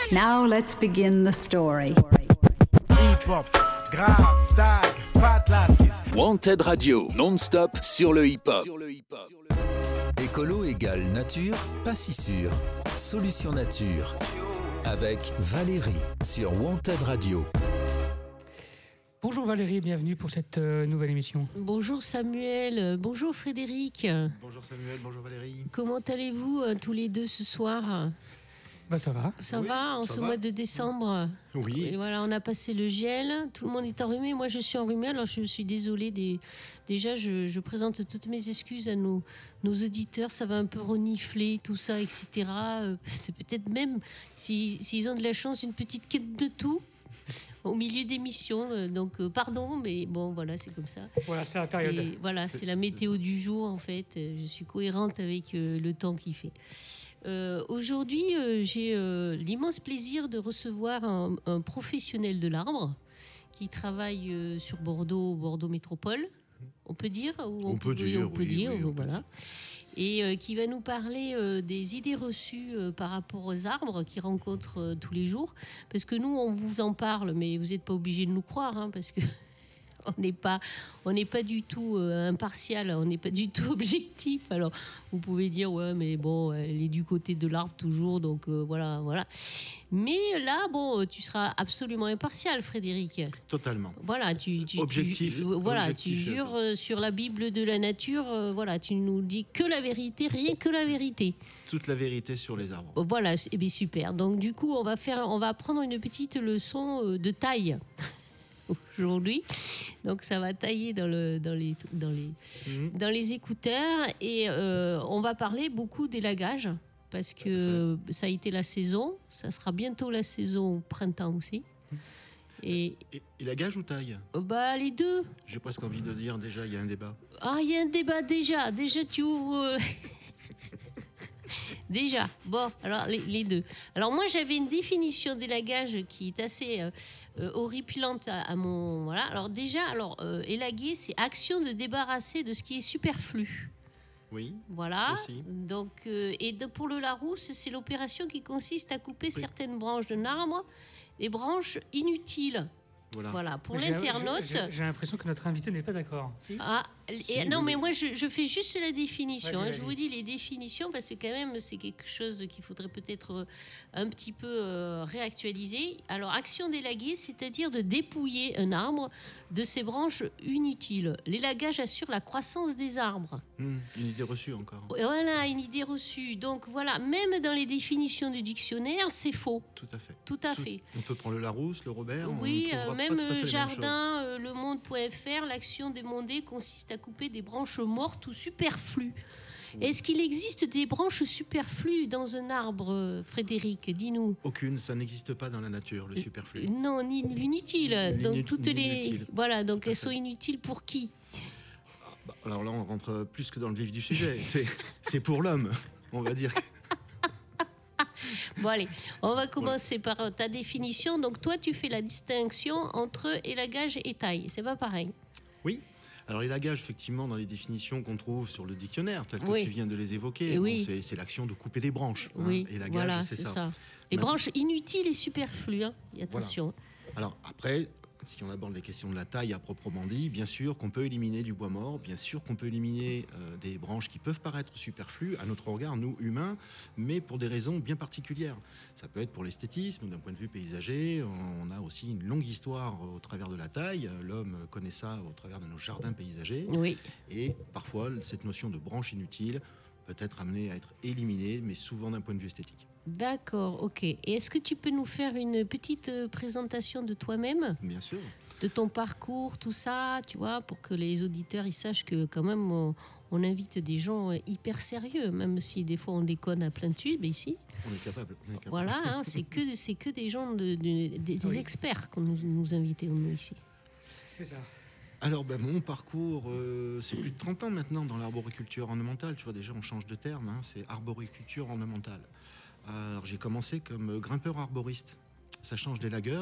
Now let's begin the story. Hip-hop, grave, tag, fat lasses. Wanted Radio, non-stop sur le hip-hop. Écolo égale nature, pas si sûr. Solution nature. Avec Valérie sur Wanted Radio. Bonjour Valérie, bienvenue pour cette nouvelle émission. Bonjour Samuel, bonjour Frédéric. Bonjour Samuel, bonjour Valérie. Comment allez-vous tous les deux ce soir ? Ça va. Ça Oui, va en ça ce va. mois de décembre ? Oui. Et voilà, on a passé le gel, tout le monde est enrhumé. Moi je suis enrhumée, alors je suis désolée. Déjà, je présente toutes mes excuses à nos auditeurs. Ça va un peu renifler, tout ça, etc. C'est peut-être même, s'ils ont de la chance, une petite quête de tout au milieu d'émission. Donc, pardon, mais bon, voilà, c'est comme ça. Voilà, c'est la période. C'est la météo du jour, en fait. Je suis cohérente avec le temps qu'il fait. Aujourd'hui, j'ai l'immense plaisir de recevoir un professionnel de l'arbre qui travaille sur Bordeaux Métropole. On peut dire ou On peut dire, oui, voilà. Et qui va nous parler des idées reçues par rapport aux arbres qu'il rencontre tous les jours. Parce que nous, on vous en parle, mais vous n'êtes pas obligés de nous croire, hein, parce que on n'est pas du tout impartial, on n'est pas du tout objectif. Alors, vous pouvez dire, ouais, mais bon, elle est du côté de l'arbre toujours, donc voilà. Mais là, bon, tu seras absolument impartial, Frédéric. Totalement. Voilà, Objectif. tu jures sur la Bible de la nature, voilà, tu nous dis que la vérité, rien que la vérité. Toute la vérité sur les arbres. Voilà, et bien super. Donc du coup, on va prendre une petite leçon de taille aujourd'hui. Donc ça va tailler dans les écouteurs et on va parler beaucoup d'élagage parce que ça a été la saison, ça sera bientôt la saison printemps aussi. Et Élagage ou taille ? les deux. J'ai presque envie de dire déjà, il y a un débat. Ah, il y a un débat déjà tu ouvres... Déjà, bon, alors les deux. Alors moi j'avais une définition d'élagage qui est assez horripilante à mon... Voilà, alors déjà, élaguer, c'est action de débarrasser de ce qui est superflu. Oui. Voilà. Aussi. Donc, pour le Larousse, c'est l'opération qui consiste à couper certaines branches d'un arbre, des branches inutiles. Voilà. Pour l'internaute... J'ai l'impression que notre invité n'est pas d'accord. Si Non, mais moi, je fais juste la définition. Vas-y. Je vous dis les définitions parce que quand même, c'est quelque chose qu'il faudrait peut-être un petit peu réactualiser. Alors, action d'élaguer, c'est-à-dire de dépouiller un arbre de ses branches inutiles. L'élagage assure la croissance des arbres. Une idée reçue encore. Voilà, une idée reçue. Donc, voilà, même dans les définitions du dictionnaire, c'est faux. Tout à fait. Tout à fait. On peut prendre le Larousse, le Robert. Oui, on ne trouvera même pas tout à fait les mêmes Jardin, lemonde.fr, l'action demandée consiste à couper des branches mortes ou superflues. Est-ce qu'il existe des branches superflues dans un arbre, Frédéric ? Dis-nous. Aucune, ça n'existe pas dans la nature, le superflu. Non, ni l'inutile. Donc toutes ni les... l'inutile. Voilà, donc Tout à elles fait. sont inutiles pour qui ? Alors là, on rentre plus que dans le vif du sujet. C'est pour l'homme, on va dire. Bon allez, on va commencer par ta définition. Donc toi, tu fais la distinction entre élagage et taille. C'est pas pareil. Oui. Alors l'élagage, effectivement, dans les définitions qu'on trouve sur le dictionnaire, tel que Oui. tu viens de les évoquer, Et oui. c'est l'action de couper des branches. Oui, Élagage, voilà, c'est ça. Les Maintenant- branches inutiles et superflues. Hein. Et attention. Alors après, si on aborde les questions de la taille à proprement dit, bien sûr qu'on peut éliminer du bois mort, bien sûr qu'on peut éliminer des branches qui peuvent paraître superflues à notre regard, nous humains, mais pour des raisons bien particulières. Ça peut être pour l'esthétisme, d'un point de vue paysager. On a aussi une longue histoire au travers de la taille. L'homme connaît ça au travers de nos jardins paysagers. Oui. Et parfois, cette notion de branche inutile peut être amenée à être éliminée, mais souvent d'un point de vue esthétique. D'accord, ok. Et est-ce que tu peux nous faire une petite présentation de toi-même, Bien sûr. de ton parcours, tout ça, tu vois, pour que les auditeurs ils sachent que quand même on invite des gens hyper sérieux, même si des fois on déconne à plein tube ici. On est capable. Voilà, hein, c'est que des gens, des Oui. experts qu'on nous invitons nous ici. C'est ça. Alors, mon parcours, c'est plus de 30 ans maintenant dans l'arboriculture ornementale. Tu vois, déjà, on change de terme, hein, c'est arboriculture ornementale. Alors, j'ai commencé comme grimpeur arboriste. Ça change des lagueurs.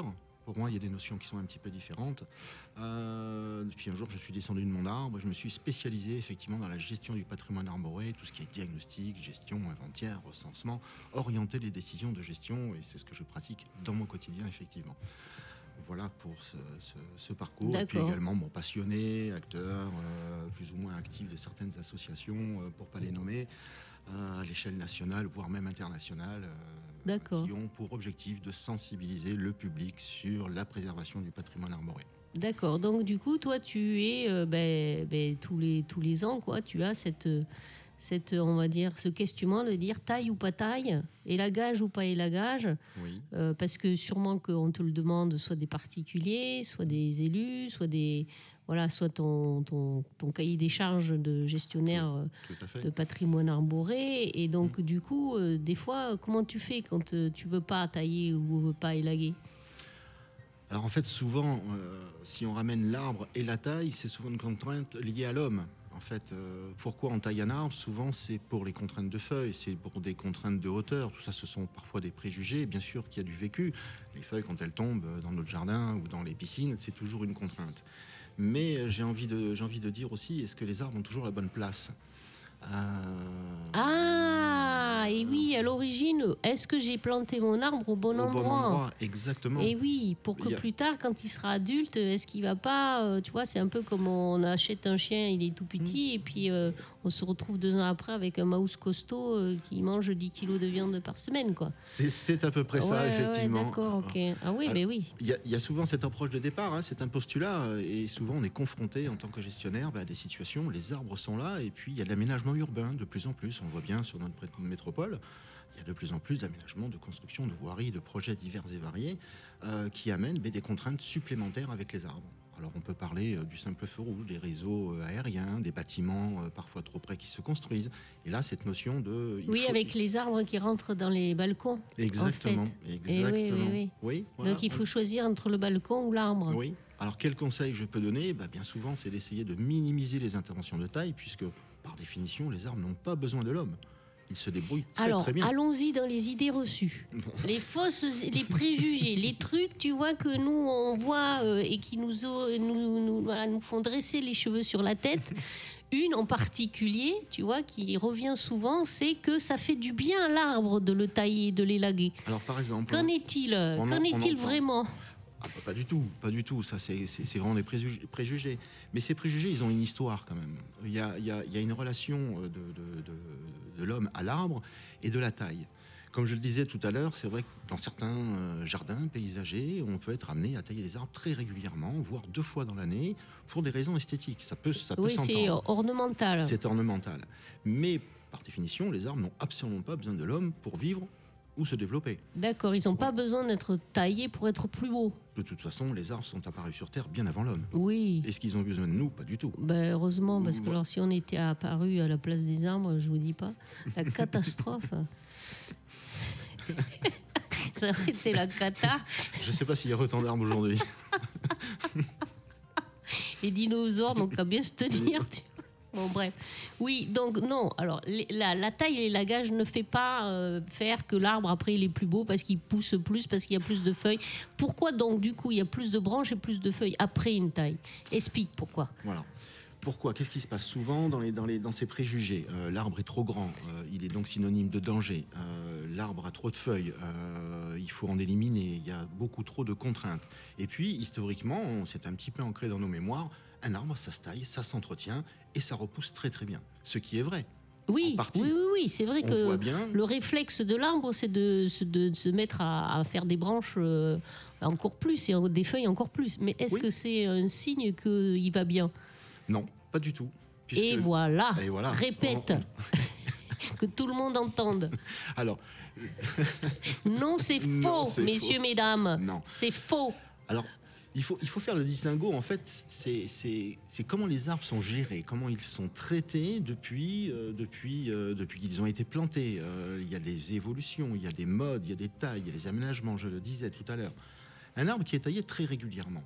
Pour moi, il y a des notions qui sont un petit peu différentes. Puis un jour, je suis descendu de mon arbre. Je me suis spécialisé effectivement dans la gestion du patrimoine arboré, tout ce qui est diagnostic, gestion, inventaire, recensement, orienter les décisions de gestion. Et c'est ce que je pratique dans mon quotidien, effectivement. Voilà pour ce parcours. D'accord. Et puis également, passionné, acteur, plus ou moins actif de certaines associations, pour ne pas les nommer, à l'échelle nationale, voire même internationale, D'accord. qui ont pour objectif de sensibiliser le public sur la préservation du patrimoine arboré. D'accord. Donc du coup, toi, tu es tous les ans, quoi, tu as cette on va dire ce questionnement de dire taille ou pas taille, élagage ou pas élagage, Oui. parce que sûrement qu'on te le demande, soit des particuliers, soit des élus, soit soit ton cahier des charges de gestionnaire Tout à fait. de patrimoine arboré. Et donc, du coup, des fois, comment tu fais quand tu veux pas tailler ou veux pas élaguer? Alors en fait, souvent, si on ramène l'arbre et la taille, c'est souvent une contrainte liée à l'homme. En fait, pourquoi on taille un arbre? Souvent, c'est pour les contraintes de feuilles, c'est pour des contraintes de hauteur. Tout ça, ce sont parfois des préjugés. Bien sûr qu'il y a du vécu. Les feuilles, quand elles tombent dans notre jardin ou dans les piscines, c'est toujours une contrainte. Mais j'ai envie de dire aussi, est-ce que les arbres ont toujours la bonne place? Ah, et oui, à l'origine, est-ce que j'ai planté mon arbre au bon endroit? Exactement. Et oui, pour que plus tard, quand il sera adulte, est-ce qu'il va pas... tu vois, c'est un peu comme on achète un chien, il est tout petit, et puis on se retrouve 2 ans après avec un mouse costaud qui mange 10 kilos de viande par semaine, quoi. C'est à peu près ça, effectivement. Ouais, d'accord, ok. Ah oui, mais oui. Il y a souvent cette approche de départ, c'est un postulat, et souvent on est confronté en tant que gestionnaire à des situations, les arbres sont là, et puis il y a de l'aménagement urbain de plus en plus, on le voit bien sur notre métropole, il y a de plus en plus d'aménagements, de construction, de voiries, de projets divers et variés qui amènent des contraintes supplémentaires avec les arbres. Alors on peut parler du simple feu rouge, des réseaux aériens, des bâtiments parfois trop près qui se construisent. Et là, cette notion de... avec les arbres qui rentrent dans les balcons. Exactement. En fait. Exactement. Oui. Voilà. Donc il faut choisir entre le balcon ou l'arbre. Oui. Alors quel conseil je peux donner? Bien souvent, c'est d'essayer de minimiser les interventions de taille, puisque par définition, les arbres n'ont pas besoin de l'homme. Ils se débrouillent très bien. Allons-y dans les idées reçues. Les préjugés, les trucs, tu vois, que nous, on voit et qui nous font dresser les cheveux sur la tête. Une en particulier, tu vois, qui revient souvent, c'est que ça fait du bien à l'arbre de le tailler, de l'élaguer. Alors, par exemple... Qu'en est-il vraiment ? Pas du tout. Ça, c'est vraiment des préjugés. Mais ces préjugés, ils ont une histoire quand même. Il y a une relation de l'homme à l'arbre et de la taille. Comme je le disais tout à l'heure, c'est vrai que dans certains jardins paysagers, on peut être amené à tailler les arbres très régulièrement, voire 2 fois dans l'année, pour des raisons esthétiques. Ça peut s'entendre. C'est ornemental. C'est ornemental. Mais par définition, les arbres n'ont absolument pas besoin de l'homme pour vivre ou se développer. D'accord, ils n'ont pas besoin d'être taillés pour être plus beaux. De toute façon, les arbres sont apparus sur Terre bien avant l'homme. Oui. Est-ce qu'ils ont besoin de nous? Pas du tout. Heureusement, parce que alors, si on était apparu à la place des arbres, je vous dis pas, la catastrophe. Ça aurait été la cata. Je sais pas s'il y a autant d'arbres aujourd'hui. Les dinosaures n'ont qu'à bien se tenir. Bon, bref. Oui, donc non. Alors, la taille et l'élagage ne fait pas faire que l'arbre, après, il est plus beau parce qu'il pousse plus, parce qu'il y a plus de feuilles. Pourquoi donc, du coup, il y a plus de branches et plus de feuilles après une taille? Explique pourquoi. Voilà. Pourquoi? Qu'est-ce qui se passe souvent dans ces préjugés? L'arbre est trop grand, il est donc synonyme de danger. L'arbre a trop de feuilles, il faut en éliminer, il y a beaucoup trop de contraintes. Et puis, historiquement, c'est un petit peu ancré dans nos mémoires, un arbre, ça se taille, ça s'entretient et ça repousse très très bien. Ce qui est vrai. Oui, c'est vrai que le réflexe de l'arbre, c'est de se mettre à faire des branches encore plus et des feuilles encore plus. Mais est-ce que c'est un signe qu'il va bien? Non, pas du tout. Et voilà, répète, que tout le monde entende. Alors, non, c'est faux, messieurs, mesdames. Non. C'est faux. Alors, il faut faire le distinguo. En fait, c'est comment les arbres sont gérés, comment ils sont traités depuis qu'ils ont été plantés. Il y a des évolutions, il y a des modes, il y a des tailles, il y a des aménagements, je le disais tout à l'heure. Un arbre qui est taillé très régulièrement.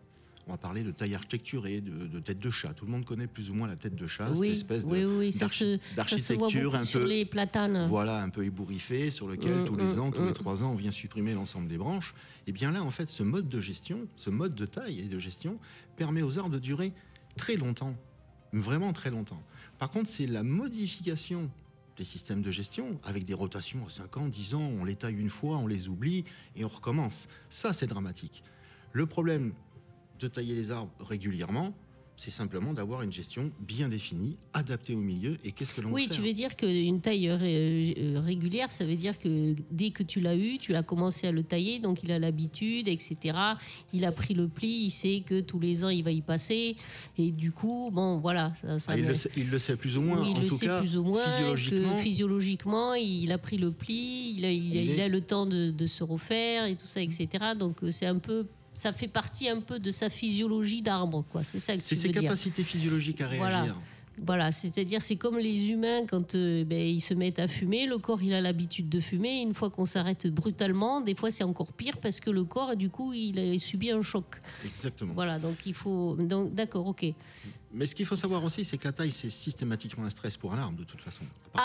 on va parler de taille architecturée, de tête de chat. Tout le monde connaît plus ou moins la tête de chat, Oui, cette espèce oui, ça se voit d'architecture beaucoup un sur peu, les platanes. voilà, un peu ébouriffée, sur lequel tous les ans, tous les 3 ans, on vient supprimer l'ensemble des branches. Et bien là, en fait, ce mode de gestion, ce mode de taille et de gestion permet aux arbres de durer très longtemps, vraiment très longtemps. Par contre, c'est la modification des systèmes de gestion, avec des rotations à 5 ans, 10 ans, on les taille une fois, on les oublie et on recommence. Ça, c'est dramatique. Le problème de tailler les arbres régulièrement, c'est simplement d'avoir une gestion bien définie, adaptée au milieu. Et qu'est-ce que l'on Oui, veut tu faire ? veux dire qu'une taille régulière, ça veut dire que dès que tu l'as eu, tu l'as commencé à le tailler, donc il a l'habitude, etc. Il a pris le pli, il sait que tous les ans, il va y passer. Et du coup, bon, voilà. Il le sait plus ou moins. Oui, il en le tout sait cas, plus ou moins, physiologiquement, que physiologiquement, il a pris le pli, il a le temps de se refaire et tout ça, etc. Donc c'est un peu... Ça fait partie un peu de sa physiologie d'arbre, quoi. C'est ça que tu c'est veux ses dire. capacités physiologiques à réagir. Voilà, c'est-à-dire c'est comme les humains quand ils se mettent à fumer, le corps il a l'habitude de fumer, une fois qu'on s'arrête brutalement, des fois c'est encore pire parce que le corps du coup il a subi un choc. Exactement. Voilà, donc il faut... Donc, d'accord, ok. Mais ce qu'il faut savoir aussi, c'est que la taille, c'est systématiquement un stress pour un arbre, de toute façon.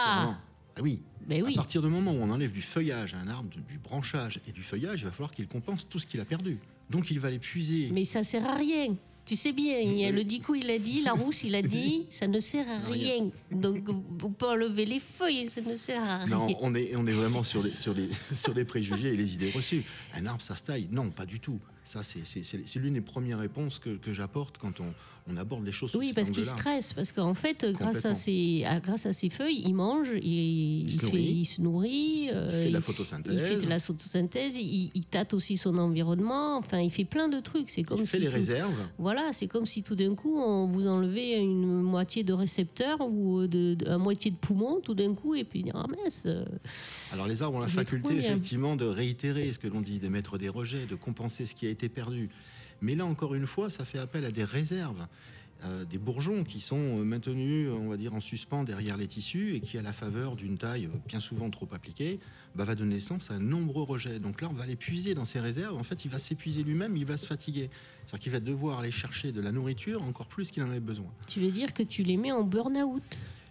Oui. Ben oui. À partir du moment où on enlève du feuillage à un arbre, du branchage et du feuillage, il va falloir qu'il compense tout ce qu'il a perdu. Donc il va l'épuiser. Mais ça sert à rien. Tu sais bien, le Dico il a dit, Larousse il a dit, ça ne sert à rien. Donc on peut enlever les feuilles, ça ne sert à rien. Non, on est vraiment sur les préjugés et les idées reçues. Un arbre, ça se taille ? Non, pas du tout. Ça, c'est l'une des premières réponses que j'apporte quand on aborde les choses sous Oui, cet parce qu'il angle-là. stresse, parce qu'en fait, grâce à ses feuilles, il mange, il se nourrit, il fait de la photosynthèse. Il fait de la photosynthèse, il tâte aussi son environnement, enfin, il fait plein de trucs. C'est comme il fait les réserves. Voilà, c'est comme si tout d'un coup, on vous enlevait une moitié de récepteur ou un moitié de poumon, tout d'un coup, et puis ah mince. Alors les arbres ont la faculté effectivement de réitérer ce que l'on dit, d'émettre des rejets, de compenser ce qui a été perdu. Mais là encore une fois, ça fait appel à des réserves, des bourgeons qui sont maintenus, on va dire, en suspens derrière les tissus et qui, à la faveur d'une taille bien souvent trop appliquée, va donner naissance à un nombreux rejets. Donc là, on va l'épuiser dans ses réserves. En fait, il va s'épuiser lui-même, il va se fatiguer. C'est-à-dire qu'il va devoir aller chercher de la nourriture encore plus qu'il en avait besoin. Tu veux dire que tu les mets en burn-out ?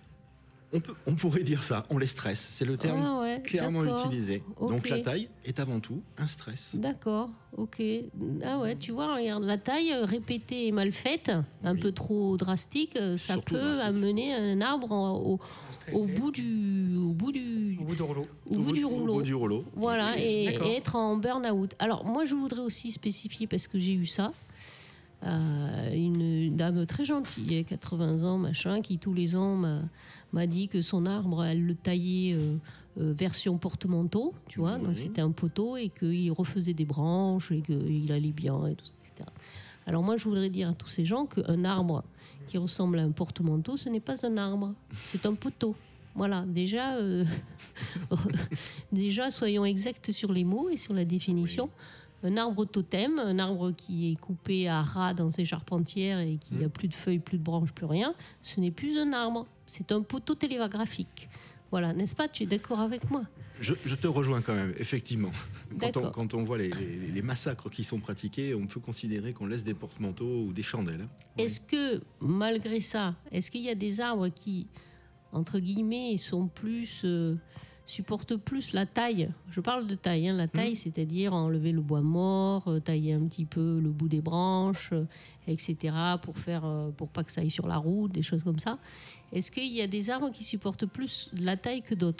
On pourrait dire ça, on les stresse. C'est le terme clairement utilisé. Okay. Donc la taille est avant tout un stress. D'accord, ok. Ah ouais, tu vois, regarde, la taille répétée et mal faite, un peu trop drastique, ça Surtout peut drastique. amener un arbre au bout du rouleau. Voilà, et être en burn-out. Alors moi, je voudrais aussi spécifier, parce que j'ai eu ça, une dame très gentille, 80 ans, machin, qui tous les ans m'a dit que son arbre, elle le taillait version porte-manteau, tu vois, donc c'était un poteau et qu'il refaisait des branches et qu'il allait bien et tout ça, etc. Alors moi, je voudrais dire à tous ces gens qu'un arbre qui ressemble à un porte-manteau, ce n'est pas un arbre, c'est un poteau. Voilà, déjà, soyons exacts sur les mots et sur la définition. Oui. Un arbre totem, un arbre qui est coupé à ras dans ses charpentières et qui n'a plus de feuilles, plus de branches, plus rien, ce n'est plus un arbre, c'est un poteau télégraphique. Voilà, n'est-ce pas ? Tu es d'accord avec moi ? Je te rejoins quand même, effectivement. Quand on voit les massacres qui sont pratiqués, on peut considérer qu'on laisse des porte-manteaux ou des chandelles. Hein. Est-ce que, malgré ça, est-ce qu'il y a des arbres qui, entre guillemets, sont plus... supportent plus la taille. Je parle de taille, la taille, c'est-à-dire enlever le bois mort, tailler un petit peu le bout des branches, etc., pour pas que ça aille sur la route, des choses comme ça. Est-ce qu'il y a des arbres qui supportent plus la taille que d'autres ?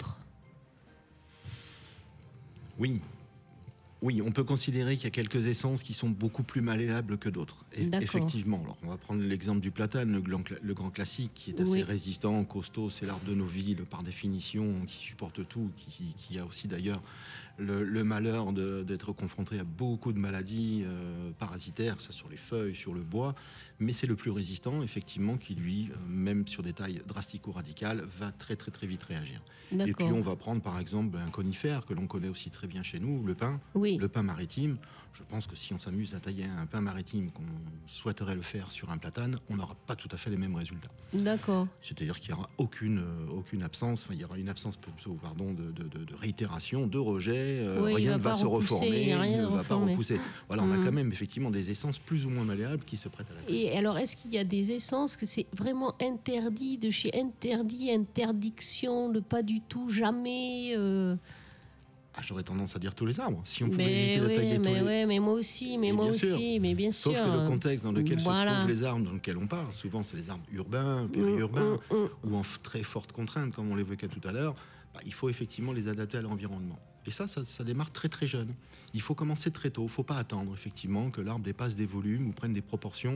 Oui. Oui, on peut considérer qu'il y a quelques essences qui sont beaucoup plus malléables que d'autres. Effectivement. Alors, on va prendre l'exemple du platane, le grand classique, qui est assez résistant, costaud. C'est l'arbre de nos villes, par définition, qui supporte tout, qui a aussi d'ailleurs le malheur d'être confronté à beaucoup de maladies parasitaires, que ce soit sur les feuilles, sur le bois. Mais c'est le plus résistant, effectivement, qui lui, même sur des tailles drastico-radicales, va très très très vite réagir. D'accord. Et puis on va prendre par exemple un conifère que l'on connaît aussi très bien chez nous, le pin. Oui. Le pin maritime. Je pense que si on s'amuse à tailler un pin maritime qu'on souhaiterait le faire sur un platane, on n'aura pas tout à fait les mêmes résultats. D'accord. C'est-à-dire qu'il n'y aura aucune absence, enfin il y aura une absence de réitération, de rejet Oui, rien ne va va pas se repousser, reformer, il y a rien il ne de va pas reformé. repousser. Voilà, on a quand même effectivement des essences plus ou moins malléables qui se prêtent à la taille. Et alors, est-ce qu'il y a des essences que c'est vraiment interdit, de chez interdit, interdiction, le pas du tout, jamais J'aurais tendance à dire tous les arbres. Si on pouvait éviter de tailler tous les... mais moi aussi, Et bien sûr. mais bien sûr. Sauf que le contexte dans lequel se Voilà. trouvent les arbres dans lesquels on parle, souvent c'est les arbres urbains, périurbains, ou en très forte contrainte, comme on l'évoquait tout à l'heure, il faut effectivement les adapter à l'environnement. Et ça démarre très très jeune. Il faut commencer très tôt. Il ne faut pas attendre effectivement que l'arbre dépasse des volumes ou prenne des proportions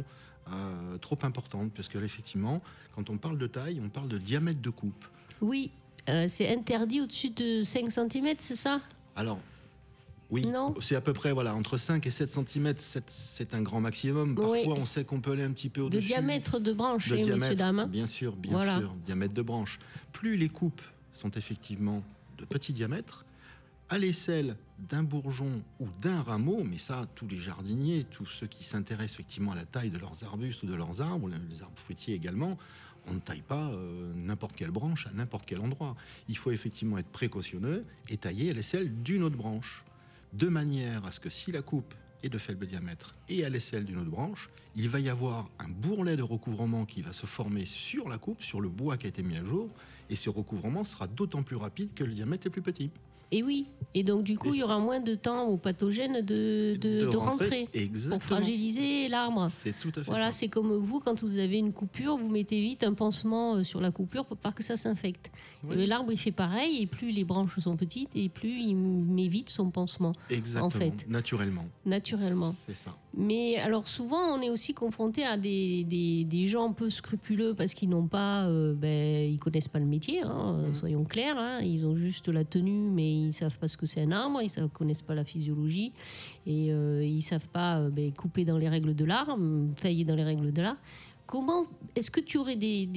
trop importantes, parce que là, effectivement, quand on parle de taille, on parle de diamètre de coupe. Oui, c'est interdit au-dessus de 5 cm, c'est ça? Alors, oui, Non. c'est à peu près entre 5 et 7 cm, c'est un grand maximum. Parfois, Oui. on sait qu'on peut aller un petit peu De au-dessus. diamètre de branche, De messieurs, diamètre, dames. Hein. bien sûr, Voilà. diamètre de branche. Plus les coupes sont effectivement de petit diamètre, à l'aisselle d'un bourgeon ou d'un rameau, mais ça, tous les jardiniers, tous ceux qui s'intéressent effectivement à la taille de leurs arbustes ou de leurs arbres, les arbres fruitiers également, on ne taille pas n'importe quelle branche à n'importe quel endroit. Il faut effectivement être précautionneux et tailler à l'aisselle d'une autre branche, de manière à ce que si la coupe est de faible diamètre et à l'aisselle d'une autre branche, il va y avoir un bourrelet de recouvrement qui va se former sur la coupe, sur le bois qui a été mis à jour, et ce recouvrement sera d'autant plus rapide que le diamètre est plus petit. Et oui, et donc du coup, il y aura moins de temps aux pathogènes de rentrer Exactement. pour fragiliser l'arbre. C'est tout à fait Voilà, ça. c'est comme vous, quand vous avez une coupure, vous mettez vite un pansement sur la coupure pour pas que ça s'infecte. Oui. Et bien, l'arbre, il fait pareil, et plus les branches sont petites, et plus il met vite son pansement, Exactement, en fait, naturellement. naturellement. C'est ça. Mais alors souvent, on est aussi confronté à des gens un peu scrupuleux parce qu'ils n'ont pas, ils connaissent pas le métier, hein, soyons clairs. Hein, ils ont juste la tenue, mais ils savent pas ce que c'est un arbre, ils ne connaissent pas la physiologie et ils savent pas couper dans les règles de l'art, tailler dans les règles de l'art. Comment est-ce que tu aurais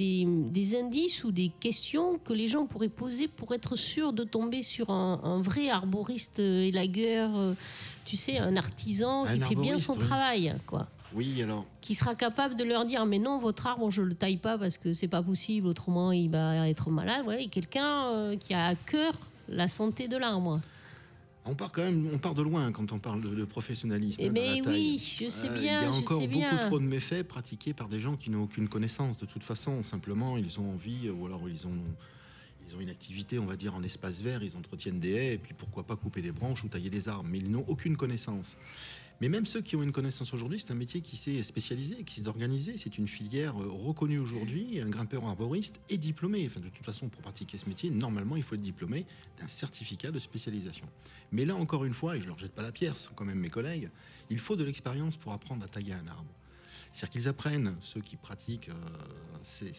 des indices ou des questions que les gens pourraient poser pour être sûrs de tomber sur un vrai arboriste élagueur, tu sais, un artisan qui fait bien son travail, quoi. Oui, alors. Qui sera capable de leur dire mais non, votre arbre je le taille pas parce que c'est pas possible, autrement il va être malade. Voilà, et quelqu'un qui a à cœur la santé de l'arbre. On part de loin quand on parle de professionnalisme. Eh dans bien la taille. oui, je sais bien, Il y a encore beaucoup bien. trop de méfaits pratiqués par des gens qui n'ont aucune connaissance. De toute façon, simplement, ils ont envie, ou alors ils ont une activité, on va dire, en espace vert, ils entretiennent des haies, et puis pourquoi pas couper des branches ou tailler des arbres. Mais ils n'ont aucune connaissance. Mais même ceux qui ont une connaissance aujourd'hui, c'est un métier qui s'est spécialisé, qui s'est organisé. C'est une filière reconnue aujourd'hui. Un grimpeur arboriste est diplômé. Enfin, de toute façon, pour pratiquer ce métier, normalement, il faut être diplômé d'un certificat de spécialisation. Mais là, encore une fois, et je ne leur jette pas la pierre, ce sont quand même mes collègues, il faut de l'expérience pour apprendre à tailler un arbre. C'est-à-dire qu'ils apprennent, ceux qui pratiquent c'est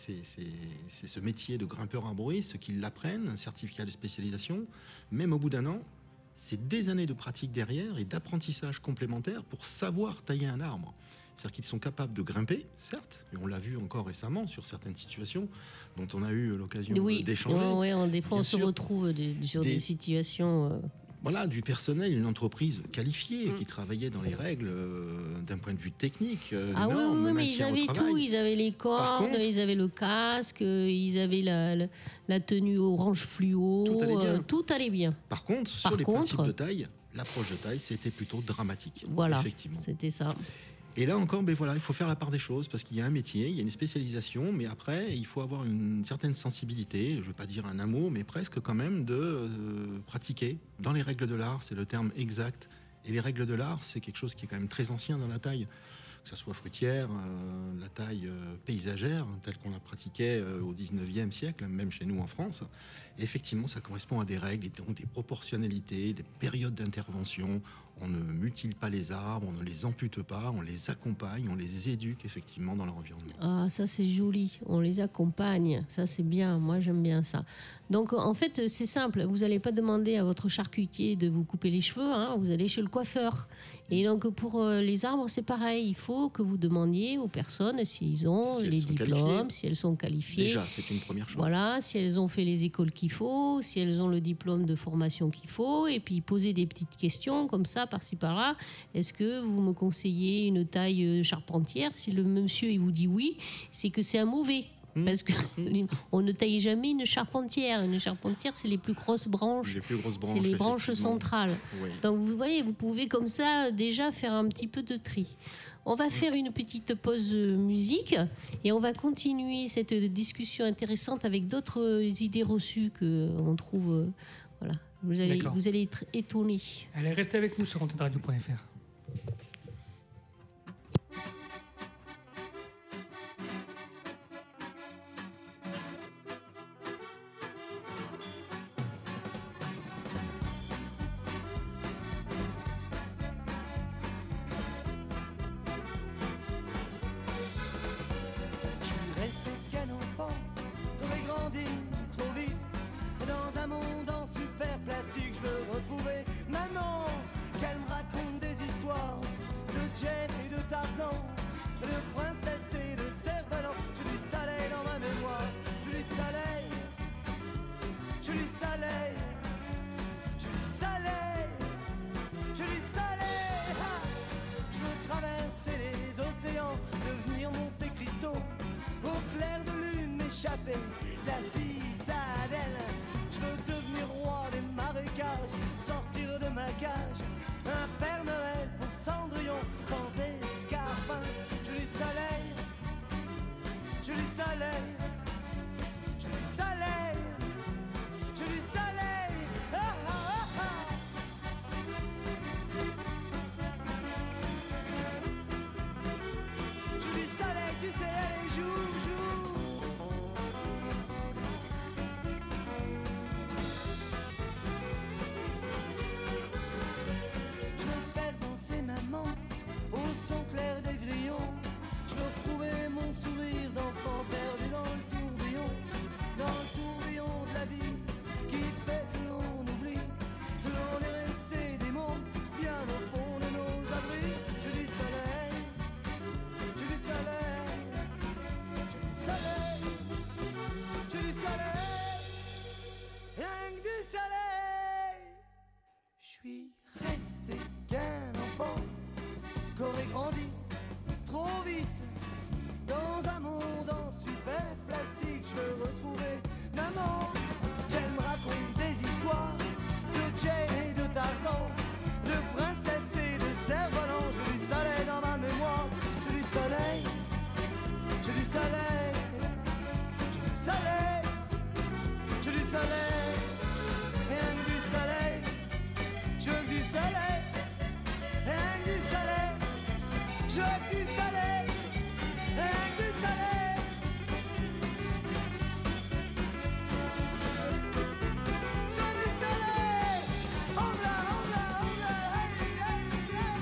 ce métier de grimpeur arboriste, ceux qui l'apprennent, un certificat de spécialisation, même au bout d'un an, c'est des années de pratique derrière et d'apprentissage complémentaire pour savoir tailler un arbre. C'est-à-dire qu'ils sont capables de grimper, certes, mais on l'a vu encore récemment sur certaines situations dont on a eu l'occasion d'échanger. Oui, des fois on se retrouve sur des situations... Voilà, du personnel, une entreprise qualifiée qui travaillait dans les règles d'un point de vue technique. Oui, mais ils avaient tout. Ils avaient les cordes, ils avaient le casque, ils avaient la tenue orange fluo. Tout allait bien. Par contre, sur les principes de taille, l'approche de taille, c'était plutôt dramatique. Voilà, effectivement. C'était ça. Et là encore, il faut faire la part des choses parce qu'il y a un métier, il y a une spécialisation, mais après, il faut avoir une certaine sensibilité, je ne veux pas dire un amour, mais presque quand même de pratiquer dans les règles de l'art, c'est le terme exact. Et les règles de l'art, c'est quelque chose qui est quand même très ancien dans la taille, que ce soit fruitière, la taille paysagère, telle qu'on la pratiquait au 19e siècle, même chez nous en France. Et effectivement, ça correspond à des règles, et donc des proportionnalités, des périodes d'intervention. On ne mutile pas les arbres, on ne les ampute pas, on les accompagne, on les éduque effectivement dans leur environnement. Ah, ça c'est joli, on les accompagne, ça c'est bien, moi j'aime bien ça. Donc en fait c'est simple, vous n'allez pas demander à votre charcutier de vous couper les cheveux, hein, vous allez chez le coiffeur. Et donc pour les arbres c'est pareil, il faut que vous demandiez aux personnes s'ils ont les diplômes, si elles sont qualifiées. Déjà, c'est une première chose. Voilà, si elles ont fait les écoles qu'il faut, si elles ont le diplôme de formation qu'il faut, et puis poser des petites questions comme ça, par-ci par-là. Est-ce que vous me conseillez une taille charpentière? Si le monsieur il vous dit oui, c'est que c'est un mauvais. Parce qu'on ne taille jamais une charpentière. Une charpentière, c'est les plus grosses branches. Les plus grosses branches, c'est les branches effectivement. centrales. Oui. Donc vous voyez, vous pouvez comme ça déjà faire un petit peu de tri. On va faire une petite pause musique et on va continuer cette discussion intéressante avec d'autres idées reçues qu'on trouve. Voilà. Vous allez être étonnés. Allez, restez avec nous sur antenradio.fr. La citadelle, je veux devenir roi des marécages, sortir de ma cage, un Père Noël pour Cendrillon, sans escarpin. Je les soleil, je les soleil, je les soleil, je les soleil. Ah, ah, ah, ah. Je les soleil, tu sais, allez, joue, joue. Au son clair des grillons, je veux retrouver mon sourire d'enfant perdu dans le tourbillon de la vie qui fait que l'on oublie que l'on est resté des mondes bien au fond de nos abris. Je dis soleil, je dis soleil, je dis soleil, je dis soleil, rien que du soleil. Je suis resté qu'un enfant qu'aurait grandi trop vite dans un monde en super plastique. Je veux retrouver maman. J'aime raconter des histoires de Jane et de Tarzan, de princesses et de cerfs-volants. Je dis soleil dans ma mémoire. Je dis soleil, je dis soleil, je dis soleil, je dis soleil, rien que du soleil. Je veux du soleil, rien que du soleil. Je veux du soleil, rien que du soleil. Je veux du soleil. On l'a, hey, hey, hey.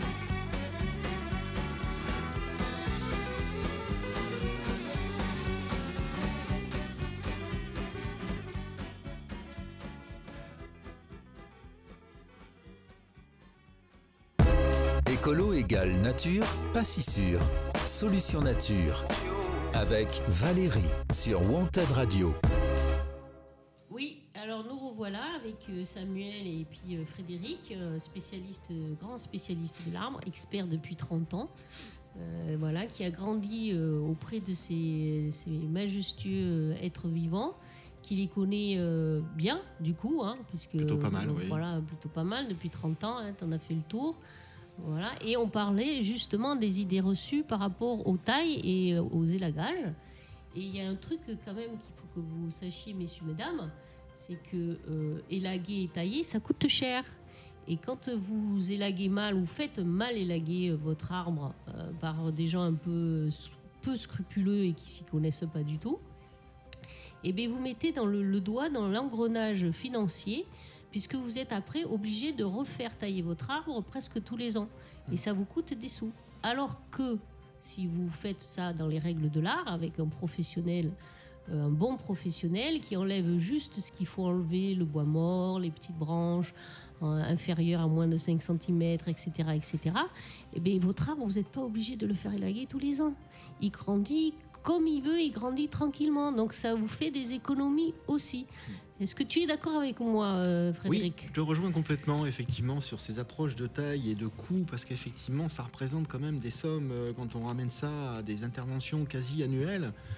Écolo égale nature, pas si sûr. Solution nature. Avec Valérie sur Wanted Radio. Oui, alors nous revoilà avec Samuel et puis Frédéric, grand spécialiste de l'arbre, expert depuis 30 ans, voilà, qui a grandi auprès de ces majestueux êtres vivants, qui les connaît bien, du coup, puisque plutôt pas mal, oui. Voilà, plutôt pas mal depuis 30 ans, t'en as fait le tour. Voilà. Et on parlait justement des idées reçues par rapport aux tailles et aux élagages. Et il y a un truc quand même qu'il faut que vous sachiez, messieurs, mesdames, c'est que élaguer et tailler, ça coûte cher. Et quand vous élaguez mal ou faites mal élaguer votre arbre par des gens un peu scrupuleux et qui s'y connaissent pas du tout, et bien vous mettez le doigt dans l'engrenage financier, puisque vous êtes après obligé de refaire tailler votre arbre presque tous les ans. Et ça vous coûte des sous. Alors que si vous faites ça dans les règles de l'art, avec un professionnel, un bon professionnel qui enlève juste ce qu'il faut enlever, le bois mort, les petites branches inférieures à moins de 5 cm, etc., etc., et bien votre arbre, vous n'êtes pas obligé de le faire élaguer tous les ans. Il grandit comme il veut, il grandit tranquillement. Donc ça vous fait des économies aussi. Est-ce que tu es d'accord avec moi, Frédéric ? Oui, je te rejoins complètement, effectivement, sur ces approches de taille et de coût, parce qu'effectivement, ça représente quand même des sommes, quand on ramène ça à des interventions quasi annuelles.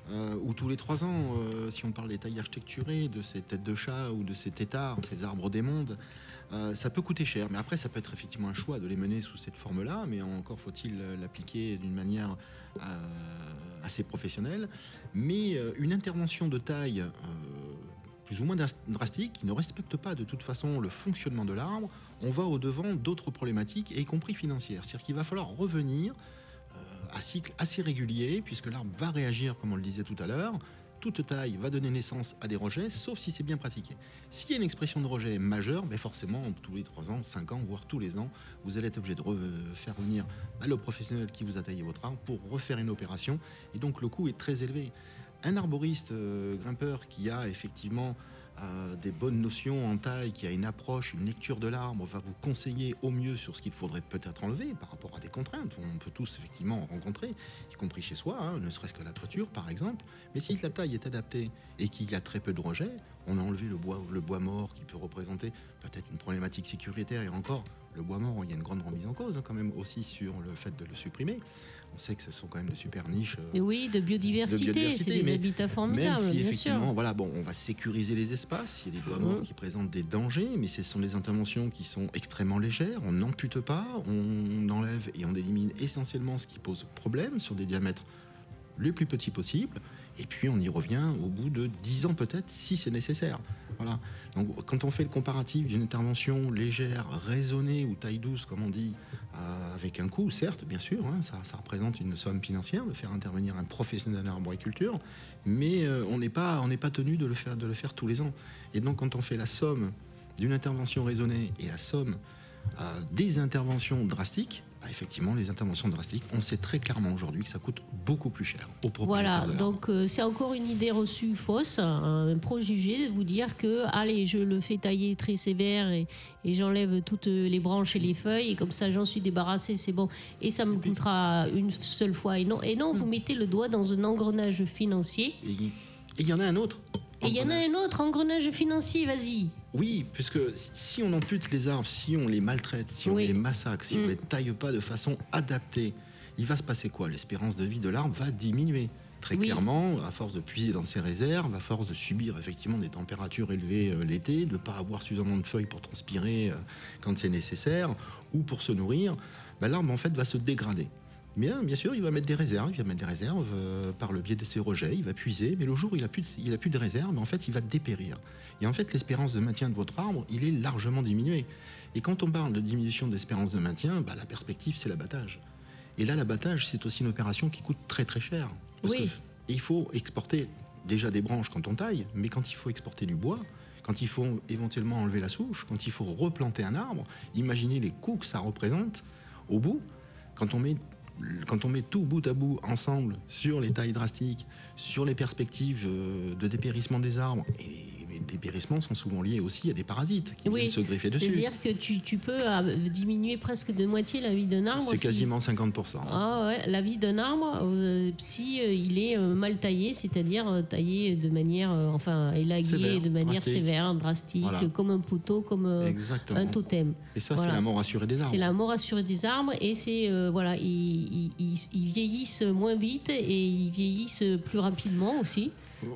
ou tous les 3 ans, si on parle des tailles architecturées, de ces têtes de chat ou de ces têtards, ces arbres des mondes, ça peut coûter cher. Mais après, ça peut être effectivement un choix de les mener sous cette forme-là, mais encore faut-il l'appliquer d'une manière assez professionnelle. Mais une intervention de taille plus ou moins drastique, qui ne respecte pas de toute façon le fonctionnement de l'arbre, on va au-devant d'autres problématiques, y compris financières. C'est-à-dire qu'il va falloir revenir à cycle assez régulier, puisque l'arbre va réagir, comme on le disait tout à l'heure. Toute taille va donner naissance à des rejets, sauf si c'est bien pratiqué. S'il y a une expression de rejet majeure, forcément, tous les 3 ans, 5 ans, voire tous les ans, vous allez être obligé de faire venir le professionnel qui vous a taillé votre arbre pour refaire une opération. Et donc, le coût est très élevé. Un arboriste grimpeur qui a effectivement des bonnes notions en taille, qui a une approche, une lecture de l'arbre, va vous conseiller au mieux sur ce qu'il faudrait peut-être enlever par rapport à des contraintes. On peut tous effectivement en rencontrer, y compris chez soi, ne serait-ce que la toiture par exemple. Mais si la taille est adaptée et qu'il y a très peu de rejets, on a enlevé le bois mort qui peut représenter peut-être une problématique sécuritaire. Et encore, le bois mort, il y a une grande remise en cause quand même aussi sur le fait de le supprimer. On sait que ce sont quand même de super niches. Oui, de biodiversité, c'est des habitats formidables, même si, bien sûr. effectivement, on va sécuriser les espaces. Il y a des bois morts qui présentent des dangers, mais ce sont des interventions qui sont extrêmement légères. On n'ampute pas, on enlève et on élimine essentiellement ce qui pose problème sur des diamètres les plus petits possibles. Et puis on y revient au bout de 10 ans peut-être, si c'est nécessaire. Voilà. Donc quand on fait le comparatif d'une intervention légère, raisonnée ou taille douce, comme on dit, avec un coût, certes, bien sûr, ça représente une somme financière de faire intervenir un professionnel en arboriculture, mais on n'est pas tenu de le faire tous les ans. Et donc quand on fait la somme d'une intervention raisonnée et la somme des interventions drastiques, effectivement, les interventions drastiques, on sait très clairement aujourd'hui que ça coûte beaucoup plus cher aux propriétaires. Voilà, donc c'est encore une idée reçue fausse, un préjugé de vous dire que, allez, je le fais tailler très sévère et j'enlève toutes les branches et les feuilles et comme ça j'en suis débarrassé, c'est bon. Et ça me coûtera une seule fois. Et non, vous mettez le doigt dans un engrenage financier. Et il y en a un autre. Et il y en a un autre engrenage financier, vas-y. Oui, puisque si on ampute les arbres, si on les maltraite, si on les massacre, si on ne les taille pas de façon adaptée, il va se passer quoi? L'espérance de vie de l'arbre va diminuer. Très clairement, à force de puiser dans ses réserves, à force de subir effectivement des températures élevées l'été, de ne pas avoir suffisamment de feuilles pour transpirer quand c'est nécessaire, ou pour se nourrir, l'arbre en fait va se dégrader. Bien sûr, il va mettre des réserves, par le biais de ses rejets, il va puiser, mais le jour où il a plus de réserves, en fait, il va dépérir. Et en fait, l'espérance de maintien de votre arbre, il est largement diminué. Et quand on parle de diminution de l'espérance de maintien, la perspective, c'est l'abattage. Et là, l'abattage, c'est aussi une opération qui coûte très très cher. Parce que il faut exporter déjà des branches quand on taille, mais quand il faut exporter du bois, quand il faut éventuellement enlever la souche, quand il faut replanter un arbre, imaginez les coûts que ça représente au bout, quand on met tout bout à bout ensemble sur les tailles drastiques, sur les perspectives de dépérissement des arbres, et les dépérissements sont souvent liés aussi à des parasites qui viennent se greffer dessus. C'est-à-dire que tu peux diminuer presque de moitié la vie d'un arbre. C'est quasiment 50%. Ah ouais, la vie d'un arbre, si il est mal taillé, c'est-à-dire taillé de manière, élagué sévère, de manière drastique. sévère, drastique, comme un poteau, comme un totem. Et ça, c'est la mort assurée des arbres. C'est la mort assurée des arbres, et c'est ils vieillissent moins vite et ils vieillissent plus rapidement aussi.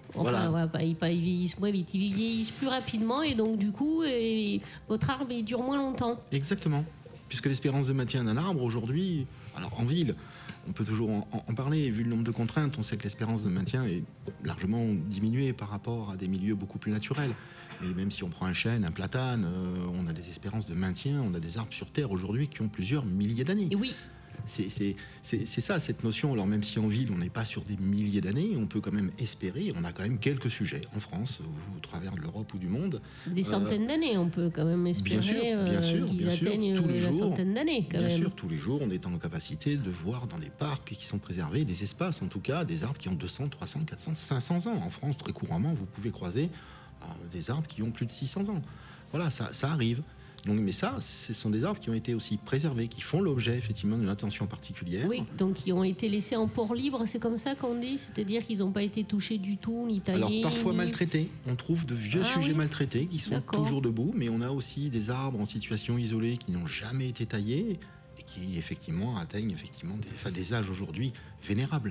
Ils vieillissent moins vite, ils vieillissent plus rapidement et donc du coup votre arbre il dure moins longtemps. Exactement, puisque l'espérance de maintien d'un arbre aujourd'hui, alors en ville, on peut toujours en parler, vu le nombre de contraintes, on sait que l'espérance de maintien est largement diminuée par rapport à des milieux beaucoup plus naturels. Et même si on prend un chêne, un platane, on a des espérances de maintien, on a des arbres sur Terre aujourd'hui qui ont plusieurs milliers d'années. Et oui. C'est ça, cette notion. Alors même si en ville, on n'est pas sur des milliers d'années, on peut quand même espérer, on a quand même quelques sujets en France, au travers de l'Europe ou du monde. Des centaines d'années, on peut quand même espérer qu'ils atteignent la centaine d'années. Bien sûr, tous les jours, on est en capacité de voir dans des parcs qui sont préservés, des espaces en tout cas, des arbres qui ont 200, 300, 400, 500 ans. En France, très couramment, vous pouvez croiser des arbres qui ont plus de 600 ans. Voilà, ça arrive. Donc, mais ça, ce sont des arbres qui ont été aussi préservés, qui font l'objet effectivement d'une attention particulière. Oui, donc ils ont été laissés en port libre, c'est comme ça qu'on dit, c'est-à-dire qu'ils n'ont pas été touchés du tout, ni taillés. Alors parfois maltraités, on trouve de vieux sujets maltraités qui sont toujours debout, mais on a aussi des arbres en situation isolée qui n'ont jamais été taillés et qui effectivement atteignent des âges aujourd'hui vénérables.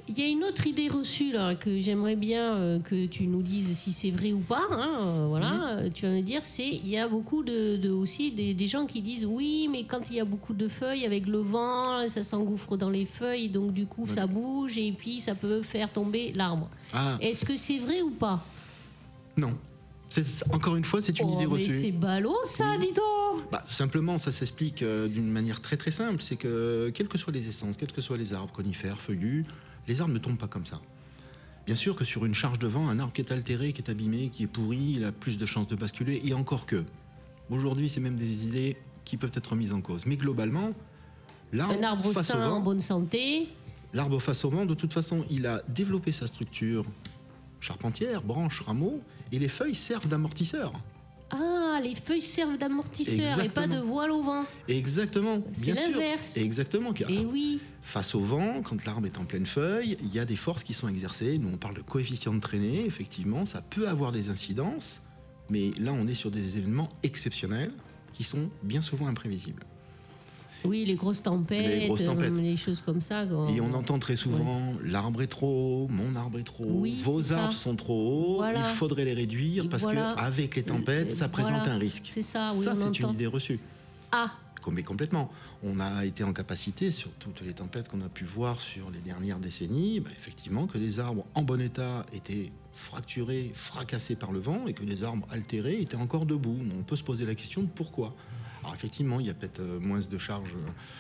Il y a une autre idée reçue là que j'aimerais bien que tu nous dises si c'est vrai ou pas. Voilà, tu vas me dire, il y a beaucoup aussi des gens qui disent oui, mais quand il y a beaucoup de feuilles avec le vent, ça s'engouffre dans les feuilles, donc du coup ça bouge et puis ça peut faire tomber l'arbre. Ah. Est-ce que c'est vrai ou pas? Non. Encore une fois, c'est une idée reçue. Mais c'est ballot ça, dis donc. Simplement, ça s'explique d'une manière très très simple. C'est que, quelles que soient les essences, quels que soient les arbres, conifères, feuillus, les arbres ne tombent pas comme ça. Bien sûr que sur une charge de vent, un arbre qui est altéré, qui est abîmé, qui est pourri, il a plus de chances de basculer, et encore que. Aujourd'hui, c'est même des idées qui peuvent être mises en cause. Mais globalement, un arbre sain, en bonne santé. L'arbre face au vent, de toute façon, il a développé sa structure charpentière, branches, rameaux, et les feuilles servent d'amortisseurs. Ah, les feuilles servent d'amortisseurs et pas de voile au vent. Exactement. C'est l'inverse. Exactement. Et oui. Face au vent, quand l'arbre est en pleine feuille, il y a des forces qui sont exercées. Nous, on parle de coefficient de traînée. Effectivement, ça peut avoir des incidences, mais là, on est sur des événements exceptionnels qui sont bien souvent imprévisibles. Oui, les grosses tempêtes, les choses comme ça. Et on entend très souvent l'arbre est trop haut, mon arbre est trop haut, vos arbres sont trop hauts, voilà. Il faudrait les réduire parce qu'avec les tempêtes, ça présente un risque. C'est ça, oui, ça, c'est une idée reçue. Ah. Mais complètement. On a été en capacité, sur toutes les tempêtes qu'on a pu voir sur les dernières décennies, effectivement, que des arbres en bon état étaient fracturés, fracassés par le vent, et que des arbres altérés étaient encore debout. On peut se poser la question de pourquoi. Alors effectivement, il y a peut-être moins de charges,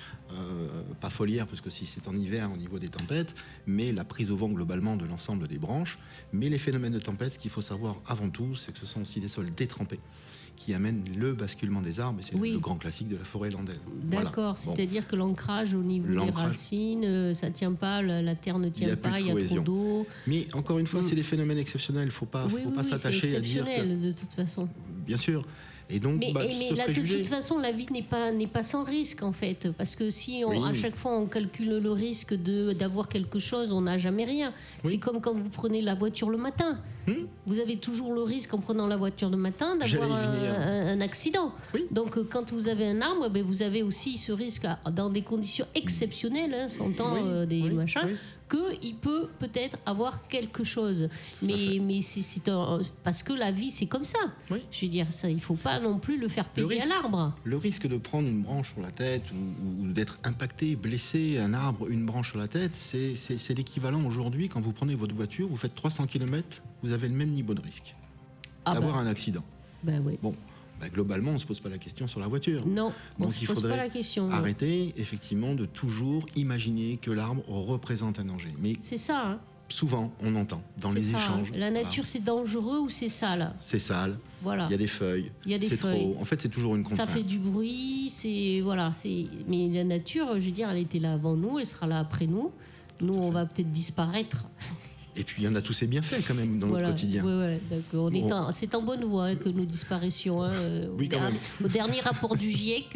pas foliaires, parce que si c'est en hiver au niveau des tempêtes, mais la prise au vent globalement de l'ensemble des branches. Mais les phénomènes de tempête, ce qu'il faut savoir avant tout, c'est que ce sont aussi des sols détrempés qui amènent le basculement des arbres, et c'est le grand classique de la forêt landaise. D'accord, voilà. C'est-à-dire que l'ancrage au niveau des racines, ça ne tient pas, la terre ne tient pas, il y a trop d'eau. Mais encore une fois, c'est des phénomènes exceptionnels, il ne faut pas s'attacher à dire que... C'est exceptionnel de toute façon. Bien sûr. Et donc, mais là, de toute façon, la vie n'est pas sans risque, en fait. Parce que si à chaque fois on calcule le risque d'avoir quelque chose, on n'a jamais rien. Oui. C'est comme quand vous prenez la voiture le matin. Vous avez toujours le risque, en prenant la voiture le matin, d'avoir un accident. Oui. Donc, quand vous avez un arbre, vous avez aussi ce risque, dans des conditions exceptionnelles, s'entend des machins, qu'il peut-être avoir quelque chose. Mais c'est parce que la vie, c'est comme ça. Oui. Je veux dire, ça, il ne faut pas non plus le faire payer à l'arbre. Le risque de prendre une branche sur la tête ou d'être impacté, blessé, un arbre, une branche sur la tête, c'est l'équivalent aujourd'hui, quand vous prenez votre voiture, vous faites 300 km, vous avez le même niveau de risque d'avoir un accident. Oui. Bon. Globalement, on ne se pose pas la question sur la voiture. Non, on ne se pose pas la question. Arrêter, effectivement, de toujours imaginer que l'arbre représente un danger. Mais c'est ça, hein. Souvent, on entend dans les échanges. La nature, c'est dangereux ou c'est sale? C'est sale. Voilà. Il y a des feuilles. C'est trop. En fait, c'est toujours une contrainte. Ça fait du bruit. Mais la nature, je veux dire, elle était là avant nous, elle sera là après nous. Nous, on va peut-être disparaître. Et puis, il y en a tous ces bienfaits quand même dans notre quotidien. Oui, d'accord. C'est en bonne voie que nous disparissions. Oui, quand même. Au dernier rapport du GIEC,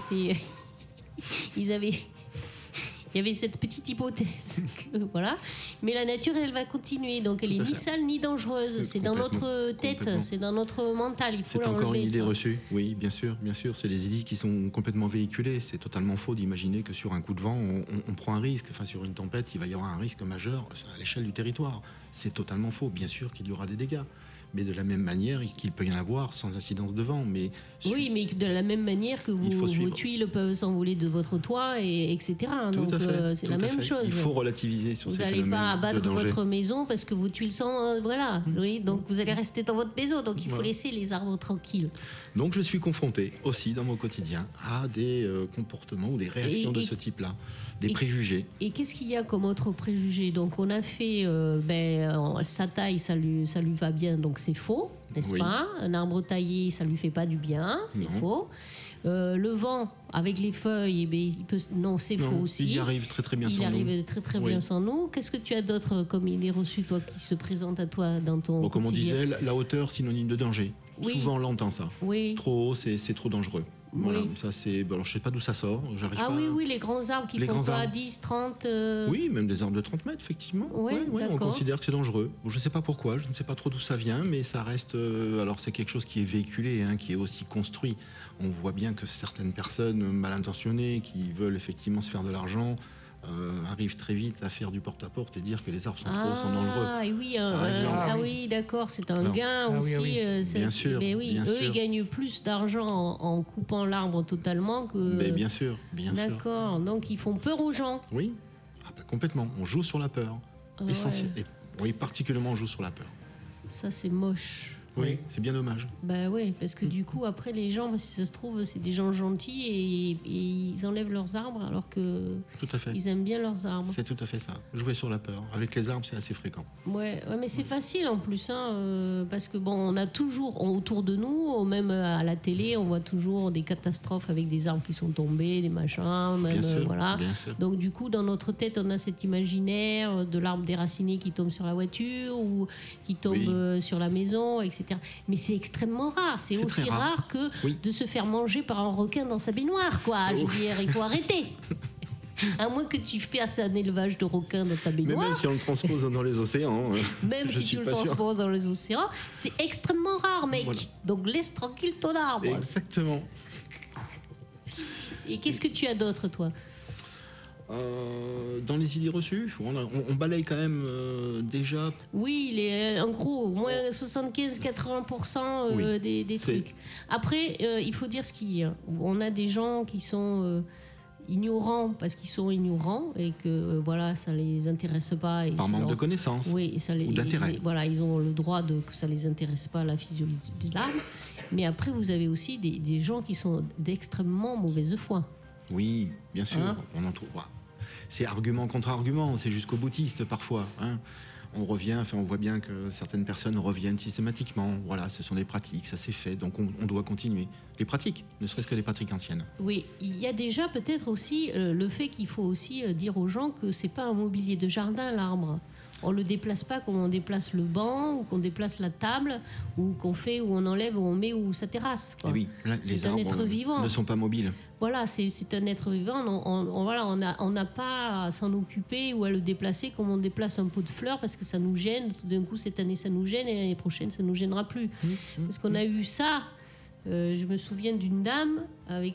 il y avait cette petite hypothèse. Voilà. Mais la nature, elle va continuer. Donc, elle est ni sale ni dangereuse. C'est dans notre tête, c'est dans notre mental. Il faut c'est encore une idée reçue. Oui, bien sûr. C'est des idées qui sont complètement véhiculées. C'est totalement faux d'imaginer que sur un coup de vent, on prend un risque. Enfin, sur une tempête, il va y avoir un risque majeur à l'échelle du territoire. C'est totalement faux. Bien sûr qu'il y aura des dégâts. Mais de la même manière qu'il peut y en avoir sans incidence de vent. Mais de la même manière que vos tuiles peuvent s'envoler de votre toit, etc. Donc c'est la même chose. Il faut relativiser sur ces phénomènes. Vous n'allez pas abattre votre maison parce que vos tuiles sont... Oui, donc vous allez rester dans votre maison. Donc il faut laisser les arbres tranquilles. Donc je suis confronté aussi dans mon quotidien à des comportements ou des réactions de ce type-là. Des préjugés. Et qu'est-ce qu'il y a comme autre préjugé? Donc on a fait sa taille, ça lui va bien, donc c'est faux, n'est-ce pas? Un arbre taillé, ça lui fait pas du bien, c'est faux. Le vent avec les feuilles, c'est faux aussi. Il y arrive très bien sans nous. Il arrive très bien sans nous. Qu'est-ce que tu as d'autre comme idée reçue, toi, qui se présente à toi dans ton quotidien? Comme on disait, la hauteur synonyme de danger. Souvent on l'entend ça. Trop haut, c'est trop dangereux. Voilà, ça c'est. Alors, je sais pas d'où ça sort. Oui, les grands arbres qui font quoi, 10, 30 Oui, même des arbres de 30 mètres, effectivement. On considère que c'est dangereux. Je ne sais pas pourquoi, je ne sais pas trop d'où ça vient, mais ça reste. Alors, c'est quelque chose qui est véhiculé, qui est aussi construit. On voit bien que certaines personnes mal intentionnées qui veulent effectivement se faire de l'argent arrive très vite à faire du porte-à-porte et dire que les arbres sont dangereux. Ah et oui, Par exemple. oui, d'accord, c'est un Non. gain Ah oui, aussi. ah oui. Ça, Bien c'est- sûr, mais oui, bien eux, sûr. ils gagnent plus d'argent en coupant l'arbre totalement que. Mais bien sûr, bien sûr. D'accord, donc ils font peur aux gens. Oui, complètement. On joue sur la peur. Ah Essentiel. ouais. Et, oui, particulièrement on joue sur la peur. Ça, c'est moche. Oui, Oui. c'est bien dommage. Bah ouais, parce que du coup, après, les gens, si ça se trouve, c'est des gens gentils et ils enlèvent leurs arbres alors que Tout à fait. ils aiment bien leurs arbres. C'est tout à fait ça. Jouer sur la peur. Avec les arbres, c'est assez fréquent. Ouais, mais c'est facile en plus, hein, parce que bon, on a toujours autour de nous, même à la télé, on voit toujours des catastrophes avec des arbres qui sont tombés, des machins, même Bien sûr, voilà. bien sûr. Donc du coup, dans notre tête, on a cet imaginaire de l'arbre déraciné qui tombe sur la voiture ou qui tombe Oui. sur la maison, etc. Mais c'est extrêmement rare. C'est C'est aussi très rare. rare que Oui. de se faire manger par un requin dans sa baignoire, quoi. Je veux dire, il faut arrêter. À moins que tu fasses un élevage de requins dans ta Mais baignoire. même si on le transpose dans les océans, Même je si suis tu le pas sûr. transposes dans les océans, c'est extrêmement rare, mec. Voilà. Donc laisse tranquille ton arbre. Exactement. Et qu'est-ce que tu as d'autre, toi? Dans les idées reçues, on balaye quand même déjà. Oui, en gros, au moins 75-80% Oui, des c'est- trucs. Après, il faut dire ce qu'il y a. On a des gens qui sont ignorants parce qu'ils sont ignorants et que voilà, ça les intéresse pas. Et Par ça manque leur- de connaissances. Oui, ça les, ou d'intérêt. voilà, ils ont le droit que ça les intéresse pas la physiologie de l'arbre. Mais après, vous avez aussi des gens qui sont d'extrêmement mauvaise foi. Oui, bien sûr. Hein On en trouve. C'est argument contre argument, c'est jusqu'au boutiste parfois. Hein. On revient, on voit bien que certaines personnes reviennent systématiquement. Voilà, ce sont des pratiques, ça s'est fait, donc on doit continuer. Les pratiques, ne serait-ce que les pratiques anciennes. Oui, il y a déjà peut-être aussi le fait qu'il faut aussi dire aux gens que c'est pas un mobilier de jardin, l'arbre. On le déplace pas comme on déplace le banc ou qu'on déplace la table ou qu'on fait ou on enlève ou on met ou sa terrasse, quoi. Et oui, là, C'est les un arbres être vivant. ne sont pas mobiles. Voilà, c'est un être vivant. On n'a pas à s'en occuper ou à le déplacer comme on déplace un pot de fleurs parce que ça nous gêne. Tout d'un coup, cette année, ça nous gêne et l'année prochaine, ça nous gênera plus. Parce qu'on a eu ça. Je me souviens d'une dame avec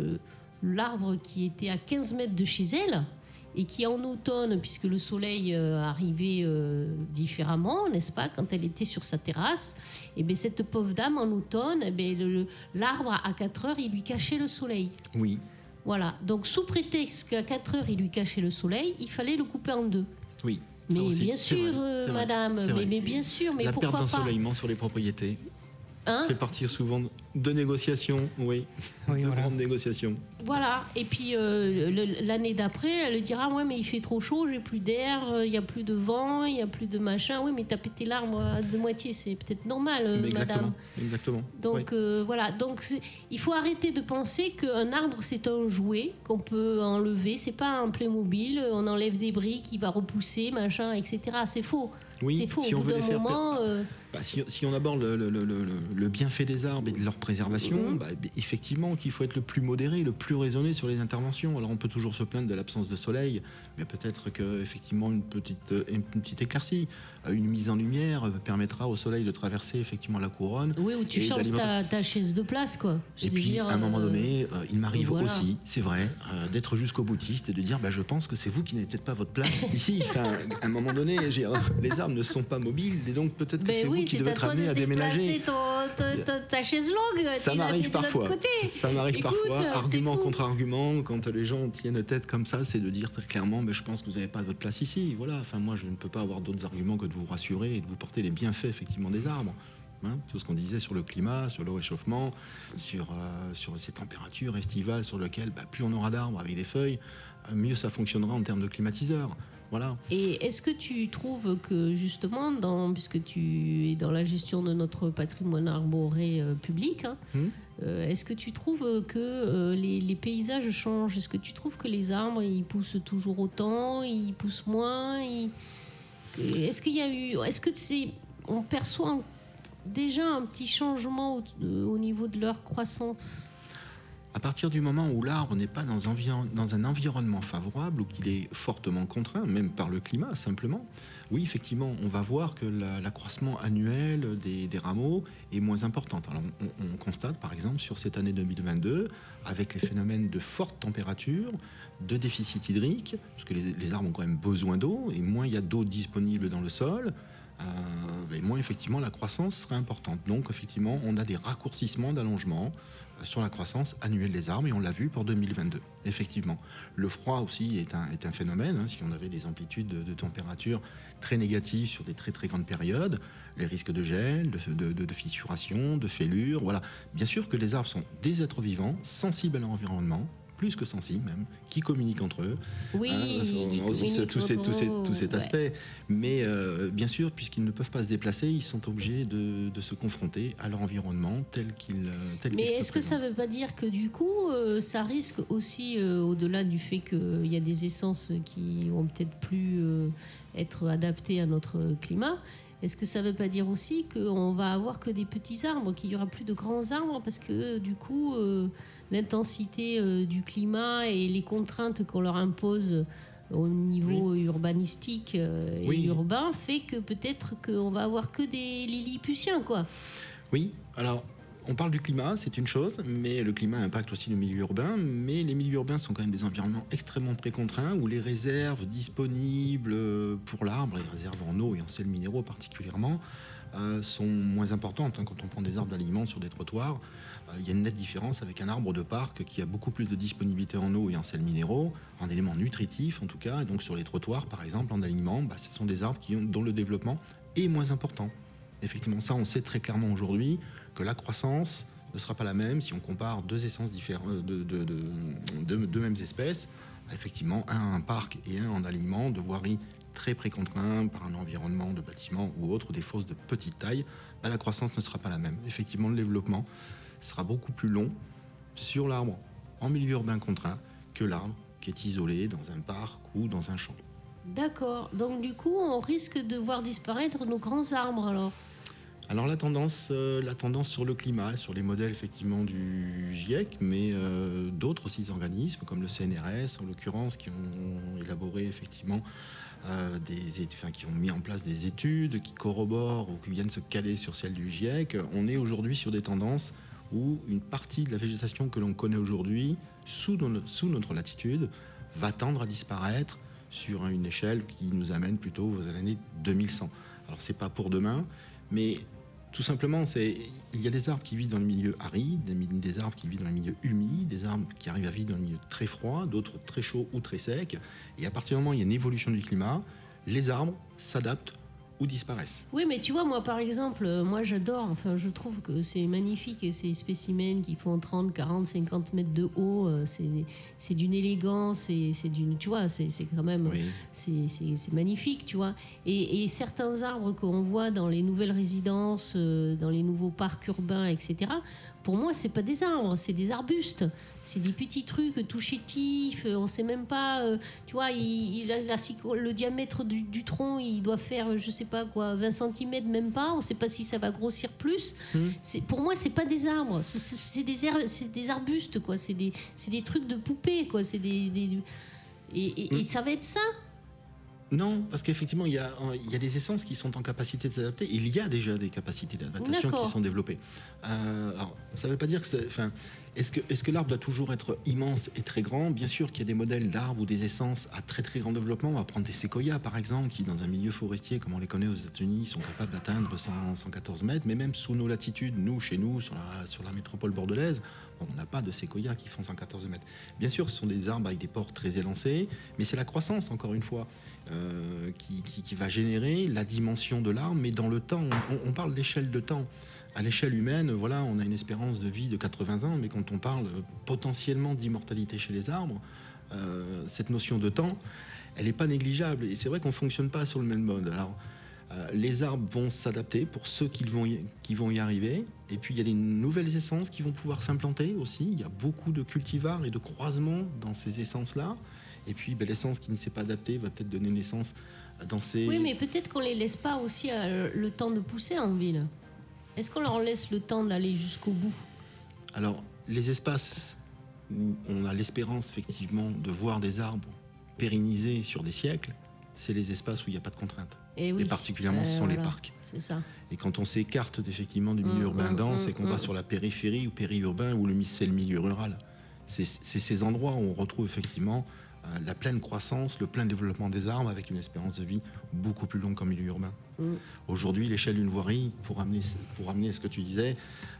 l'arbre qui était à 15 mètres de chez elle et qui, en automne, puisque le soleil arrivait différemment, n'est-ce pas, quand elle était sur sa terrasse, et bien cette pauvre dame, en automne, eh bien, l'arbre, à 4 heures, il lui cachait le soleil. Oui, Voilà. Donc, sous prétexte qu'à 4 heures, il lui cachait le soleil, il fallait le couper en deux. oui. ça Mais aussi, bien c'est sûr, vrai, c'est vrai, madame, c'est vrai. mais bien sûr, mais La pourquoi perte pas, d'ensoleillement sur les propriétés hein? fait partir souvent de négociations, oui, Oui, de voilà. grandes négociations. Voilà. Et puis l'année d'après, elle dira ouais, mais il fait trop chaud, j'ai plus d'air, il y a plus de vent, il y a plus de machin. Oui, mais t'as pété l'arbre de moitié, c'est peut-être normal, Mais madame. exactement. Donc oui. voilà. Donc il faut arrêter de penser qu'un arbre c'est un jouet qu'on peut enlever. C'est pas un Playmobil. On enlève des briques, il va repousser, machin, etc. C'est faux. Oui, c'est faux. si Au on bout veut d'un les faire moment. Si on aborde le bienfait des arbres et de leur préservation, effectivement qu'il faut être le plus modéré, le plus raisonné sur les interventions. Alors on peut toujours se plaindre de l'absence de soleil, mais peut-être qu'effectivement une petite éclaircie, une mise en lumière permettra au soleil de traverser effectivement la couronne. Oui, ou tu et changes d'alimenter- ta chaise de place, quoi. Je Et veux puis, dire, à un moment donné, il m'arrive voilà. aussi, c'est vrai, d'être jusqu'au boutiste et de dire je pense que c'est vous qui n'avez peut-être pas votre place ici. Enfin, à un moment donné, les arbres ne sont pas mobiles et donc peut-être que Ben c'est oui, vous qui c'est devez à être toi amené de à déménager. déplacer ta chaise longue. Ça tu l'as m'arrive mis de l'autre parfois. côté. Ça m'arrive Écoute, parfois. c'est Argument fou. contre argument, quand les gens tiennent tête comme ça, c'est de dire très clairement je pense que vous n'avez pas votre place ici. Voilà. Enfin, moi, je ne peux pas avoir d'autres arguments que de vous rassurer et de vous porter les bienfaits effectivement des arbres. Hein, tout ce qu'on disait sur le climat, sur le réchauffement, sur ces températures estivales sur lesquelles plus on aura d'arbres avec des feuilles, mieux ça fonctionnera en termes de climatiseurs. Voilà. Et est-ce que tu trouves que justement, puisque tu es dans la gestion de notre patrimoine arboré public, hein, est-ce que tu trouves que les paysages changent? Est-ce que tu trouves que les arbres ils poussent toujours autant, ils poussent moins Est-ce qu'il y a eu, on perçoit déjà un petit changement au niveau de leur croissance? À partir du moment où l'arbre n'est pas dans un environnement favorable ou qu'il est fortement contraint, même par le climat simplement, oui, effectivement, on va voir que l'accroissement annuel des rameaux est moins important. Alors, on constate, par exemple, sur cette année 2022, avec les phénomènes de forte température, de déficit hydrique, parce que les arbres ont quand même besoin d'eau, et moins il y a d'eau disponible dans le sol, et moins effectivement la croissance sera importante. Donc effectivement, on a des raccourcissements d'allongement sur la croissance annuelle des arbres, et on l'a vu pour 2022. Effectivement, le froid aussi est un phénomène. Si on avait des amplitudes de température très négatives sur des très très grandes périodes, les risques de gel, de fissuration, de fêlure, voilà. Bien sûr que les arbres sont des êtres vivants, sensibles à leur environnement, plus que sensibles même, qui communiquent entre eux. Oui, on a aussi tout cet aspect. Mais bien sûr, puisqu'ils ne peuvent pas se déplacer, ils sont obligés de se confronter à leur environnement tel qu'il Mais est-ce que ça ne veut pas dire que du coup, ça risque aussi, au-delà du fait qu'il y a des essences qui vont peut-être plus être adaptées à notre climat, est-ce que ça ne veut pas dire aussi qu'on va avoir que des petits arbres, qu'il n'y aura plus de grands arbres parce que du coup, l'intensité du climat et les contraintes qu'on leur impose au niveau urbanistique et urbain fait que peut-être qu'on va avoir que des lilliputiens, quoi. Oui, alors on parle du climat, c'est une chose, mais le climat impacte aussi le milieu urbain. Mais les milieux urbains sont quand même des environnements extrêmement précontraints où les réserves disponibles pour l'arbre, les réserves en eau et en sels minéraux particulièrement, sont moins importantes. Quand on prend des arbres d'alignement sur des trottoirs, il y a une nette différence avec un arbre de parc qui a beaucoup plus de disponibilité en eau et en sels minéraux, en éléments nutritifs en tout cas. Et donc sur les trottoirs, par exemple, en alignement, ce sont des arbres dont le développement est moins important. Effectivement, ça, on sait très clairement aujourd'hui que la croissance ne sera pas la même si on compare deux essences différentes de mêmes espèces. Effectivement, un parc et un en alignement de voiries très précontraints par un environnement de bâtiments ou autre, des fosses de petite taille, la croissance ne sera pas la même. Effectivement, le développement sera beaucoup plus long sur l'arbre en milieu urbain contraint que l'arbre qui est isolé dans un parc ou dans un champ. D'accord. Donc du coup, on risque de voir disparaître nos grands arbres alors. Alors la tendance sur le climat, sur les modèles effectivement du GIEC, mais d'autres aussi organismes comme le CNRS en l'occurrence qui ont élaboré effectivement qui ont mis en place des études qui corroborent ou qui viennent se caler sur celles du GIEC. On est aujourd'hui sur des tendances où une partie de la végétation que l'on connaît aujourd'hui sous notre latitude va tendre à disparaître sur une échelle qui nous amène plutôt aux années 2100. Alors c'est pas pour demain, mais tout simplement, il y a des arbres qui vivent dans le milieu aride, des arbres qui vivent dans le milieu humide, des arbres qui arrivent à vivre dans le milieu très froid, d'autres très chaud ou très sec. Et à partir du moment où il y a une évolution du climat, les arbres s'adaptent ou disparaissent. Oui, mais tu vois, moi par exemple, moi j'adore, je trouve que c'est magnifique et ces spécimens qui font 30, 40, 50 mètres de haut, c'est d'une élégance, c'est d'une, tu vois, c'est quand même, oui. c'est magnifique, tu vois. Et certains arbres qu'on voit dans les nouvelles résidences, dans les nouveaux parcs urbains, etc., pour moi, c'est pas des arbres, c'est des arbustes. C'est des petits trucs tout chétifs, on sait même pas, tu vois, le diamètre du tronc, il doit faire, je sais pas quoi, 20 cm, même pas, on sait pas si ça va grossir plus. Pour moi, c'est pas des arbres, c'est des arbustes, quoi, c'est des trucs de poupée, quoi, et ça va être ça. Non, parce qu'effectivement, il y a des essences qui sont en capacité de s'adapter. Il y a déjà des capacités d'adaptation qui sont développées. Alors, ça ne veut pas dire que... Est-ce que l'arbre doit toujours être immense et très grand ? Bien sûr qu'il y a des modèles d'arbres ou des essences à très très grand développement. On va prendre des séquoias, par exemple, qui, dans un milieu forestier, comme on les connaît aux États-Unis, sont capables d'atteindre 114 mètres. Mais même sous nos latitudes, chez nous, sur la métropole bordelaise, on n'a pas de séquoias qui font 114 mètres. Bien sûr, ce sont des arbres avec des pores très élancés, mais c'est la croissance, encore une fois, qui va générer la dimension de l'arbre. Mais dans le temps, on parle d'échelle de temps. À l'échelle humaine, voilà, on a une espérance de vie de 80 ans, mais quand on parle potentiellement d'immortalité chez les arbres, cette notion de temps, elle n'est pas négligeable. Et c'est vrai qu'on ne fonctionne pas sur le même mode. Alors, les arbres vont s'adapter pour ceux qui vont y arriver. Et puis, il y a des nouvelles essences qui vont pouvoir s'implanter aussi. Il y a beaucoup de cultivars et de croisements dans ces essences-là. Et puis, l'essence qui ne s'est pas adaptée va peut-être donner naissance dans ces... Oui, mais peut-être qu'on ne les laisse pas aussi le temps de pousser en ville. Est-ce qu'on leur laisse le temps d'aller jusqu'au bout ? Alors, les espaces où on a l'espérance effectivement de voir des arbres pérennisés sur des siècles, c'est les espaces où il n'y a pas de contraintes. Et particulièrement, ce sont les parcs. C'est ça. Et quand on s'écarte effectivement du milieu urbain dense et qu'on va sur la périphérie ou périurbain où c'est le milieu rural, c'est ces endroits où on retrouve effectivement la pleine croissance, le plein développement des arbres avec une espérance de vie beaucoup plus longue qu'en milieu urbain. Aujourd'hui, l'échelle d'une voirie, pour amener à ce que tu disais,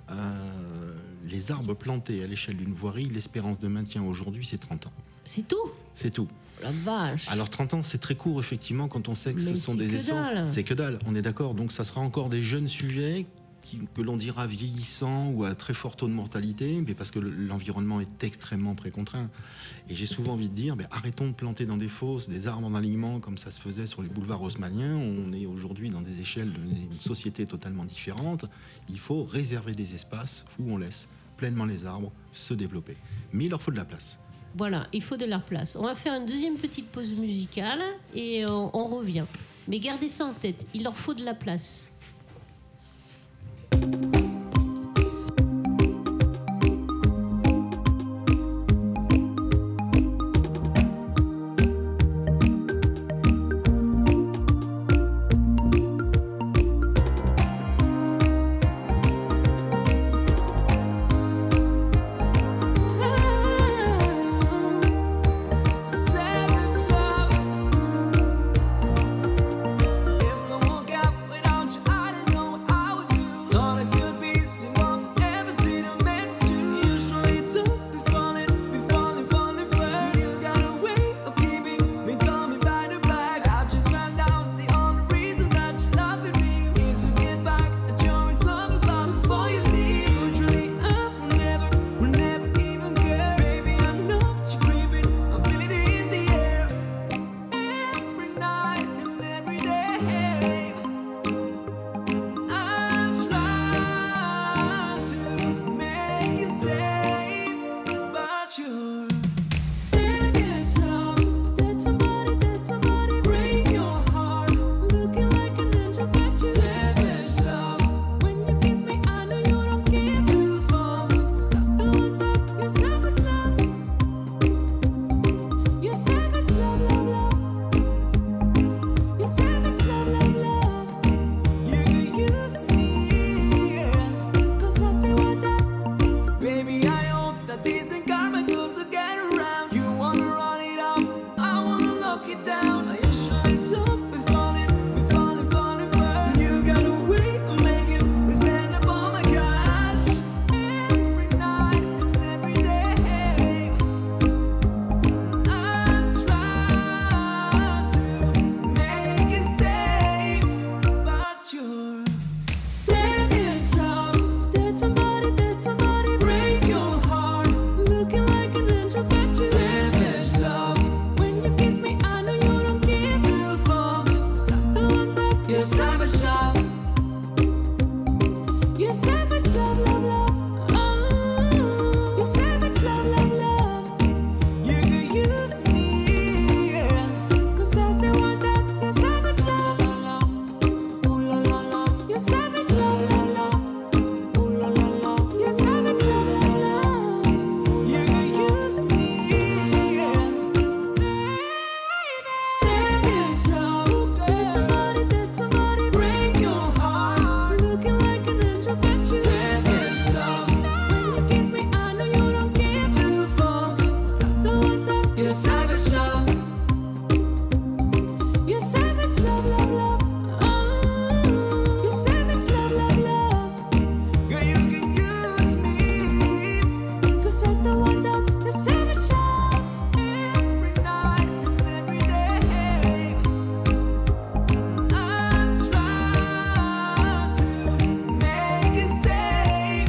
les arbres plantés à l'échelle d'une voirie, l'espérance de maintien aujourd'hui, c'est 30 ans. C'est tout. C'est tout. La vache. Alors 30 ans, c'est très court effectivement quand on sait que ce sont des essences. C'est que dalle, on est d'accord. Donc ça sera encore des jeunes sujets que l'on dira vieillissants ou à très fort taux de mortalité, mais parce que l'environnement est extrêmement précontraint. Et j'ai souvent envie de dire, arrêtons de planter dans des fosses des arbres en alignement comme ça se faisait sur les boulevards haussmanniens. On est aujourd'hui dans des échelles d'une société totalement différente. Il faut réserver des espaces où on laisse pleinement les arbres se développer. Mais il leur faut de la place. Voilà, il faut de la place. On va faire une deuxième petite pause musicale et on revient. Mais gardez ça en tête, il leur faut de la place.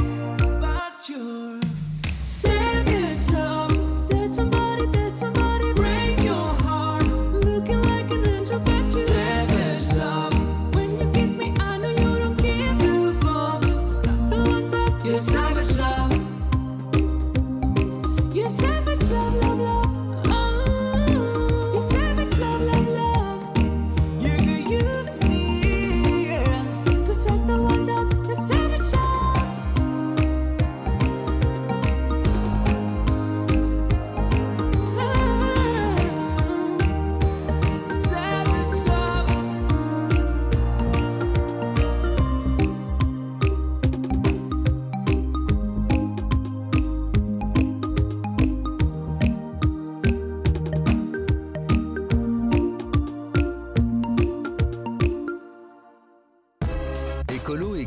Somebody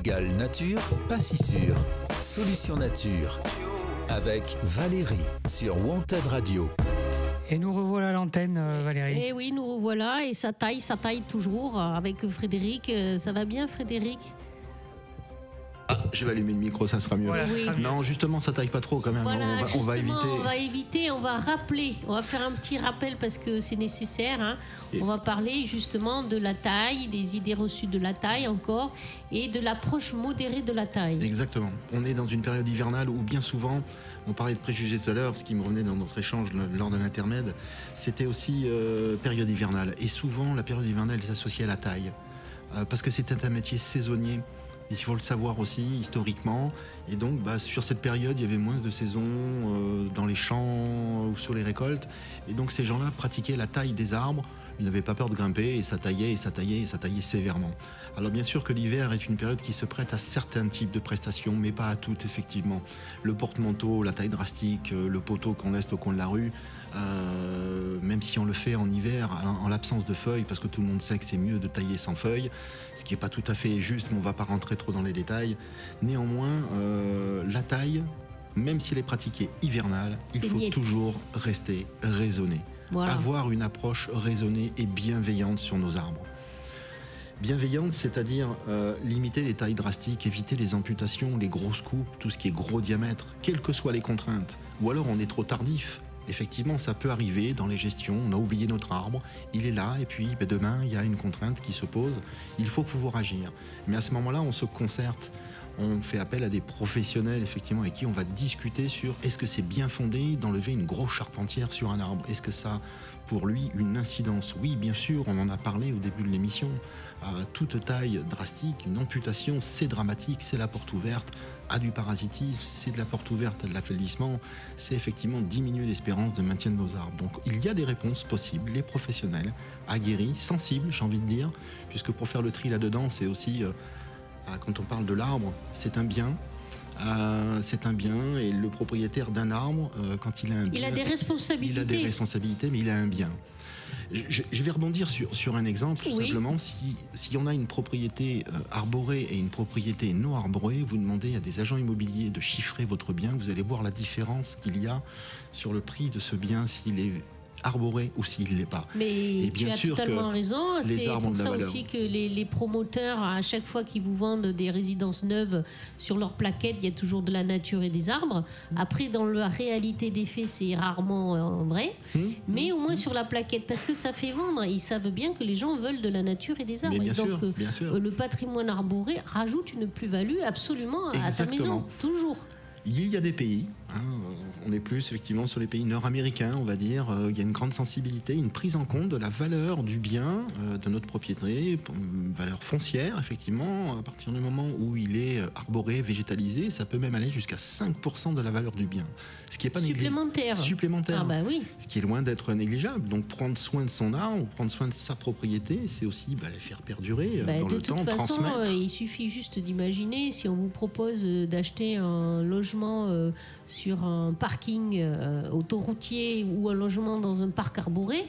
égale nature, pas si sûr. Solution nature. Avec Valérie sur Wanted Radio. Et nous revoilà à l'antenne, Valérie. Et oui, nous revoilà et ça taille toujours avec Frédéric. Ça va bien, Frédéric? Je vais allumer le micro, ça sera mieux. Voilà, Oui. très bien. Non, justement, ça taille pas trop quand même. Voilà, on va éviter, on va rappeler, on va faire un petit rappel parce que c'est nécessaire. Hein. On va parler justement de la taille, des idées reçues de la taille encore et de l'approche modérée de la taille. Exactement. On est dans une période hivernale où bien souvent, on parlait de préjugés tout à l'heure, ce qui me revenait dans notre échange lors de l'intermède, c'était aussi période hivernale. Et souvent, la période hivernale elle s'associe à la taille. Parce que c'était un métier saisonnier. Il faut le savoir aussi historiquement. Et donc, sur cette période, il y avait moins de saisons dans les champs ou sur les récoltes. Et donc, ces gens-là pratiquaient la taille des arbres. Ils n'avaient pas peur de grimper et ça taillait sévèrement. Alors bien sûr que l'hiver est une période qui se prête à certains types de prestations, mais pas à toutes effectivement. Le porte-manteau, la taille drastique, le poteau qu'on laisse au coin de la rue, même si on le fait en hiver, en l'absence de feuilles, parce que tout le monde sait que c'est mieux de tailler sans feuilles, ce qui n'est pas tout à fait juste, mais on ne va pas rentrer trop dans les détails. Néanmoins, la taille, même si elle est pratiquée hivernale, il faut toujours rester raisonné. Voilà. Avoir une approche raisonnée et bienveillante sur nos arbres. Bienveillante, c'est-à-dire limiter les tailles drastiques, éviter les amputations, les grosses coupes, tout ce qui est gros diamètre, quelles que soient les contraintes. Ou alors on est trop tardif. Effectivement, ça peut arriver dans les gestions, on a oublié notre arbre, il est là, et puis demain, il y a une contrainte qui se pose, il faut pouvoir agir. Mais à ce moment-là, on se concerte, on fait appel à des professionnels, effectivement, avec qui on va discuter sur est-ce que c'est bien fondé d'enlever une grosse charpentière sur un arbre? Est-ce que ça a, pour lui, une incidence? Oui, bien sûr, on en a parlé au début de l'émission. À toute taille drastique, une amputation, c'est dramatique, c'est la porte ouverte à du parasitisme, c'est de la porte ouverte à de l'affaiblissement, c'est effectivement diminuer l'espérance de maintien de nos arbres. Donc il y a des réponses possibles, les professionnels, aguerris, sensibles, j'ai envie de dire, puisque pour faire le tri là-dedans, c'est aussi, quand on parle de l'arbre, c'est un bien. Et le propriétaire d'un arbre, quand il a un bien... Il a des responsabilités. Il a des responsabilités, mais il a un bien. Je vais rebondir sur un exemple, tout simplement. Si on a une propriété arborée et une propriété non arborée, vous demandez à des agents immobiliers de chiffrer votre bien, vous allez voir la différence qu'il y a sur le prix de ce bien, s'il est arboré ou s'il ne l'est pas. Mais tu as totalement raison. C'est pour ça aussi que les promoteurs, à chaque fois qu'ils vous vendent des résidences neuves, sur leur plaquette, il y a toujours de la nature et des arbres. Après, dans la réalité des faits, c'est rarement vrai. Mais au moins sur la plaquette, parce que ça fait vendre. Ils savent bien que les gens veulent de la nature et des arbres. Bien sûr. Le patrimoine arboré rajoute une plus-value absolument à ta maison. Toujours. Il y a des pays, on est plus effectivement sur les pays nord-américains, on va dire, il y a une grande sensibilité, une prise en compte de la valeur du bien, de notre propriété, une valeur foncière, effectivement, à partir du moment où il est arboré, végétalisé, ça peut même aller jusqu'à 5% de la valeur du bien. Ce qui n'est pas supplémentaire. Supplémentaire. Ah oui. Ce qui est loin d'être négligeable. Donc prendre soin de son arbre, prendre soin de sa propriété, c'est aussi les faire perdurer dans le temps, transmettre. De toute façon, il suffit juste d'imaginer, si on vous propose d'acheter un logement sur un parking autoroutier ou un logement dans un parc arboré,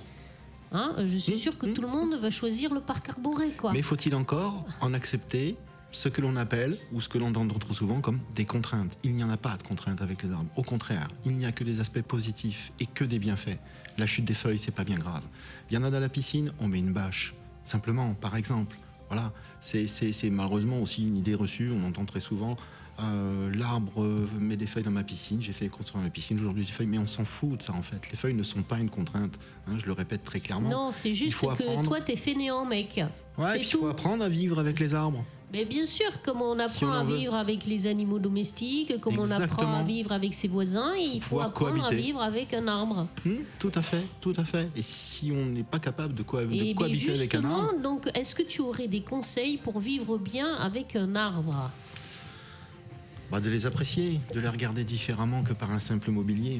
je suis sûr que tout le monde va choisir le parc arboré, quoi. Mais faut-il encore en accepter ce que l'on appelle, ou ce que l'on entend trop souvent comme des contraintes? Il n'y en a pas de contraintes avec les arbres. Au contraire, il n'y a que des aspects positifs et que des bienfaits. La chute des feuilles, c'est pas bien grave. Il y en a dans la piscine, on met une bâche. Simplement, par exemple. Voilà. C'est malheureusement aussi une idée reçue, on entend très souvent... l'arbre met des feuilles dans ma piscine, j'ai fait construire ma piscine, aujourd'hui des feuilles, mais on s'en fout de ça en fait. Les feuilles ne sont pas une contrainte, je le répète très clairement. Non, c'est juste que toi t'es fainéant, mec. Ouais, il faut apprendre à vivre avec les arbres. Mais bien sûr, comme on apprend à vivre avec les animaux domestiques, comme on apprend à vivre avec ses voisins, il faut apprendre à vivre avec un arbre. Tout à fait, tout à fait. Et si on n'est pas capable de cohabiter avec un arbre... Donc, est-ce que tu aurais des conseils pour vivre bien avec un arbre ? De les apprécier, de les regarder différemment que par un simple mobilier.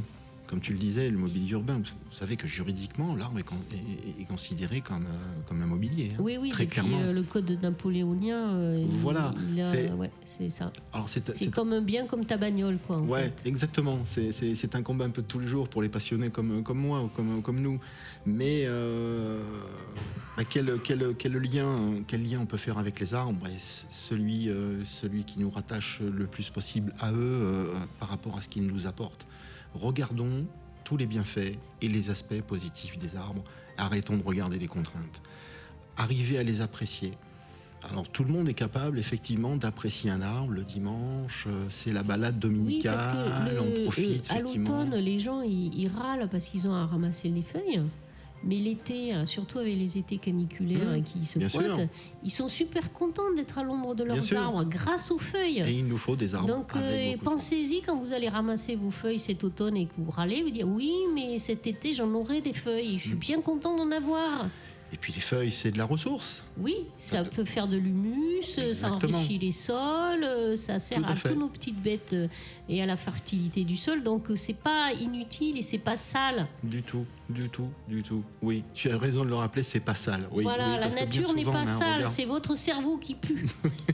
comme tu le disais, le mobilier urbain. Vous savez que juridiquement, l'arbre est considéré comme un mobilier. Hein, Oui, très depuis clairement. le code napoléonien, Voilà, c'est ça. Alors C'est comme un bien comme ta bagnole, quoi. En ouais, fait. exactement. C'est un combat un peu de tous les jours pour les passionnés comme moi ou comme nous. Mais quel lien on peut faire avec les arbres? Et celui qui nous rattache le plus possible à eux par rapport à ce qu'ils nous apportent. Regardons tous les bienfaits et les aspects positifs des arbres. Arrêtons de regarder les contraintes. Arrivez à les apprécier. Alors tout le monde est capable effectivement d'apprécier un arbre le dimanche, c'est la balade dominicale, Oui, parce que on profite à effectivement. l'automne, les gens ils râlent parce qu'ils ont à ramasser les feuilles. Mais l'été, surtout avec les étés caniculaires qui se bien pointent, sûr. ils sont super contents d'être à l'ombre de Bien leurs sûr. arbres grâce aux feuilles. Et il nous faut des arbres. Donc avec beaucoup de- pensez-y quand vous allez ramasser vos feuilles cet automne et que vous râlez, vous dites oui, mais cet été j'en aurai des feuilles, je suis bien content d'en avoir. Et puis les feuilles, c'est de la ressource. Oui, ça peut faire de l'humus, ça Exactement. enrichit les sols, ça sert Tout à à fait. toutes nos petites bêtes et à la fertilité du sol. Donc c'est pas inutile et c'est pas sale. Du tout. Oui, tu as raison de le rappeler, c'est pas sale. Oui, Voilà, oui, la parce que bien nature n'est souvent, pas on a un sale, regard- c'est votre cerveau qui pue.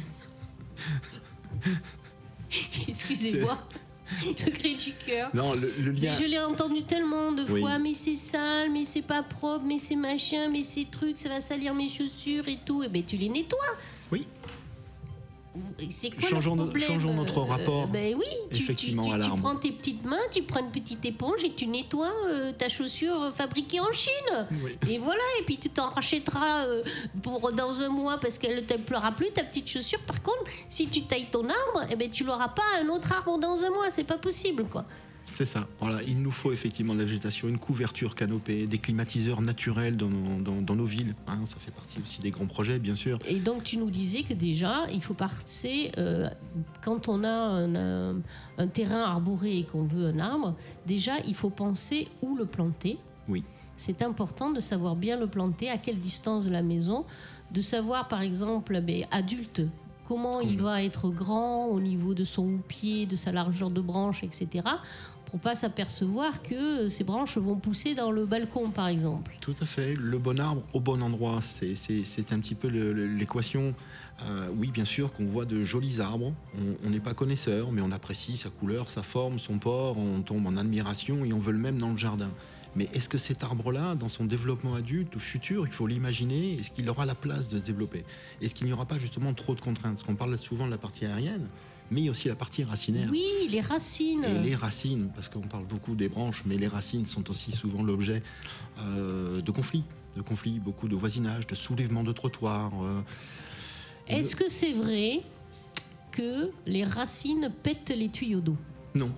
Excusez-moi, le cri du cœur. Non, le lien. Mais je l'ai entendu tellement de Oui. fois, mais c'est sale, mais c'est pas propre, mais c'est machin, mais c'est truc, ça va salir mes chaussures et tout. Et ben tu les nettoies. Oui. C'est quoi Changeons le problème notre rapport, Ben oui, effectivement, à tu l'arbre. prends tes petites mains, tu prends une petite éponge et tu nettoies ta chaussure fabriquée en Chine. Oui. Et voilà, et puis tu t'en rachèteras pour dans un mois parce qu'elle ne te pleura plus ta petite chaussure. Par contre, si tu tailles ton arbre, eh ben tu l'auras pas un autre arbre dans un mois, c'est pas possible quoi. C'est ça. Voilà, il nous faut effectivement de la végétation, une couverture canopée, des climatiseurs naturels dans nos villes. Hein, ça fait partie aussi des grands projets, bien sûr. Et donc tu nous disais que déjà, il faut passer, quand on a un terrain arboré et qu'on veut un arbre, déjà il faut penser où le planter. Oui. C'est important de savoir bien le planter, à quelle distance de la maison, de savoir par exemple, adulte, comment il va être grand au niveau de son houppier, de sa largeur de branche, etc. pour pas s'apercevoir que ces branches vont pousser dans le balcon par exemple. Tout à fait. Le bon arbre au bon endroit, c'est un petit peu l'équation. Oui, bien sûr qu'on voit de jolis arbres. On n'est pas connaisseur, mais on apprécie sa couleur, sa forme, son port. On tombe en admiration et on veut le même dans le jardin. Mais est-ce que cet arbre-là, dans son développement adulte ou futur, il faut l'imaginer, est-ce qu'il aura la place de se développer? Est-ce qu'il n'y aura pas justement trop de contraintes? Parce qu'on parle souvent de la partie aérienne, mais il y a aussi la partie racinaire. Oui, les racines. Et les racines, parce qu'on parle beaucoup des branches, mais les racines sont aussi souvent l'objet de conflits, beaucoup de voisinage, de soulèvement de trottoirs. Est-ce que c'est vrai que les racines pètent les tuyaux d'eau? Non,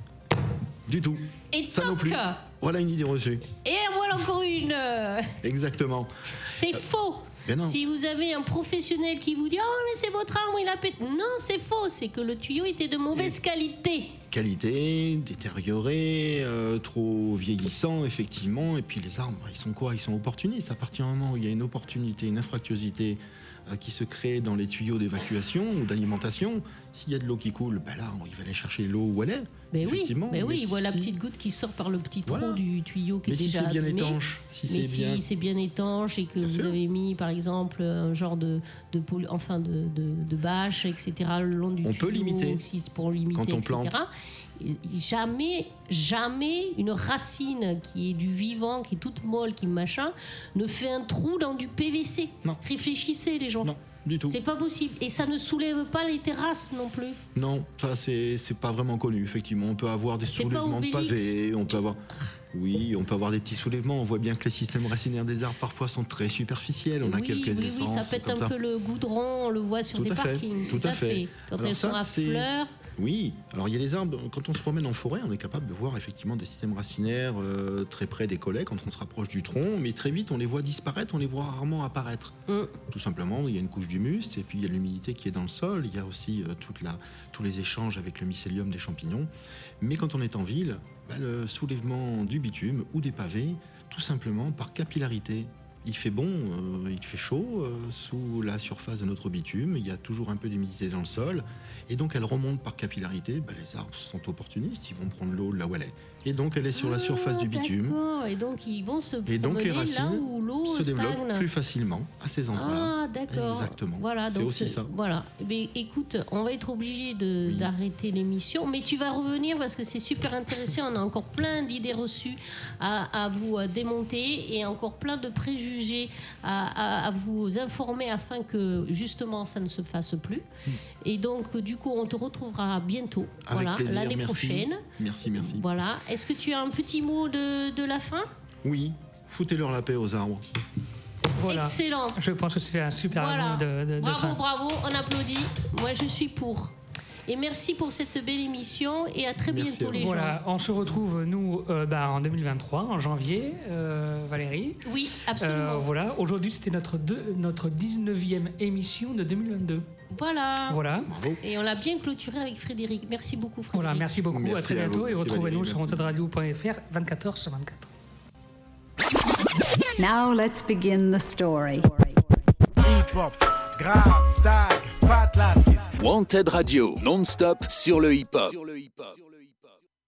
du tout. Et Ça non toc. plus. Voilà une idée reçue. Et voilà encore une. Exactement. C'est faux. Mais non. Si vous avez un professionnel qui vous dit « Oh, mais c'est votre arbre, il a pété !» Non, c'est faux. C'est que le tuyau était de mauvaise qualité. Qualité, détérioré, trop vieillissant, effectivement. Et puis les arbres, ils sont quoi? Ils sont opportunistes. À partir du moment où il y a une opportunité, une infractuosité qui se crée dans les tuyaux d'évacuation ou d'alimentation, s'il y a de l'eau qui coule, ben là, il va aller chercher l'eau où elle est. Mais oui, effectivement. mais oui, il voit la si- petite goutte qui sort par le petit trou Voilà. du tuyau qui Mais est si déjà c'est bien abîmé. étanche, si Mais c'est bien... si c'est bien étanche et que Bien vous sûr. avez mis par exemple un genre de bâche, etc. le long du On tuyau, peut limiter. pour limiter, Quand on etc. plante. Jamais une racine qui est du vivant, qui est toute molle, qui machin, ne fait un trou dans du PVC. Non. Réfléchissez les gens. Non, du tout. C'est pas possible. Et ça ne soulève pas les terrasses non plus. Non, ça c'est pas vraiment connu, effectivement. On peut avoir des C'est pas soulèvements de Obélix. pavés, on peut avoir... Oui, on peut avoir des petits soulèvements. On voit bien que les systèmes racinaires des arbres parfois sont très superficiels. On a oui, quelques oui, essences. ça pète comme un ça. peu le goudron, on le voit sur Tout des à fait, parkings. tout à fait. Quand Alors elles ça, sont à c'est- fleurs. Oui, alors il y a les arbres, quand on se promène en forêt, on est capable de voir effectivement des systèmes racinaires très près des collets quand on se rapproche du tronc, mais très vite on les voit disparaître, on les voit rarement apparaître. Tout simplement, il y a une couche d'humus, et puis il y a l'humidité qui est dans le sol, il y a aussi tous les échanges avec le mycélium des champignons. Mais quand on est en ville, le soulèvement du bitume ou des pavés, tout simplement par capillarité Il fait bon, il fait chaud sous la surface de notre bitume. Il y a toujours un peu d'humidité dans le sol. Et donc, elle remonte par capillarité. Les arbres sont opportunistes. Ils vont prendre l'eau là où elle est. Et donc, elle est sur la surface du bitume. D'accord. Et donc, ils vont se promener Et donc, les là racines où l'eau se développent stagne. plus facilement à ces endroits-là. Ah, d'accord. Exactement. Voilà, c'est donc aussi ça. Voilà. Eh bien, écoute, on va être obligé Oui. d'arrêter l'émission, mais tu vas revenir parce que c'est super intéressant. On a encore plein d'idées reçues à vous démonter et encore plein de préjugés à vous informer afin que justement ça ne se fasse plus. Et donc, du coup, on te retrouvera bientôt. Avec plaisir, l'année merci. prochaine. Merci. Voilà. Est-ce que tu as un petit mot de la fin? Oui, foutez-leur la paix aux arbres. Voilà. Excellent. Je pense que c'est un super Voilà. mot de fin. Bravo, on applaudit. Moi, je suis pour. Et merci pour cette belle émission et à très Merci bientôt à vous. les gens. Voilà, on se retrouve nous en 2023, en janvier, Valérie. Oui, absolument. Voilà, aujourd'hui c'était notre 19e émission de 2022. Voilà. Voilà. Bravo. Et on l'a bien clôturé avec Frédéric. Merci beaucoup Frédéric. Voilà, merci beaucoup, Merci à très à bientôt vous. et Merci retrouvez-nous Valérie, sur merci. montadradio.fr 24h/24. Now let's begin the story. Hip-hop, grave, tag, fat lasses. Wanted Radio, non-stop sur le hip-hop.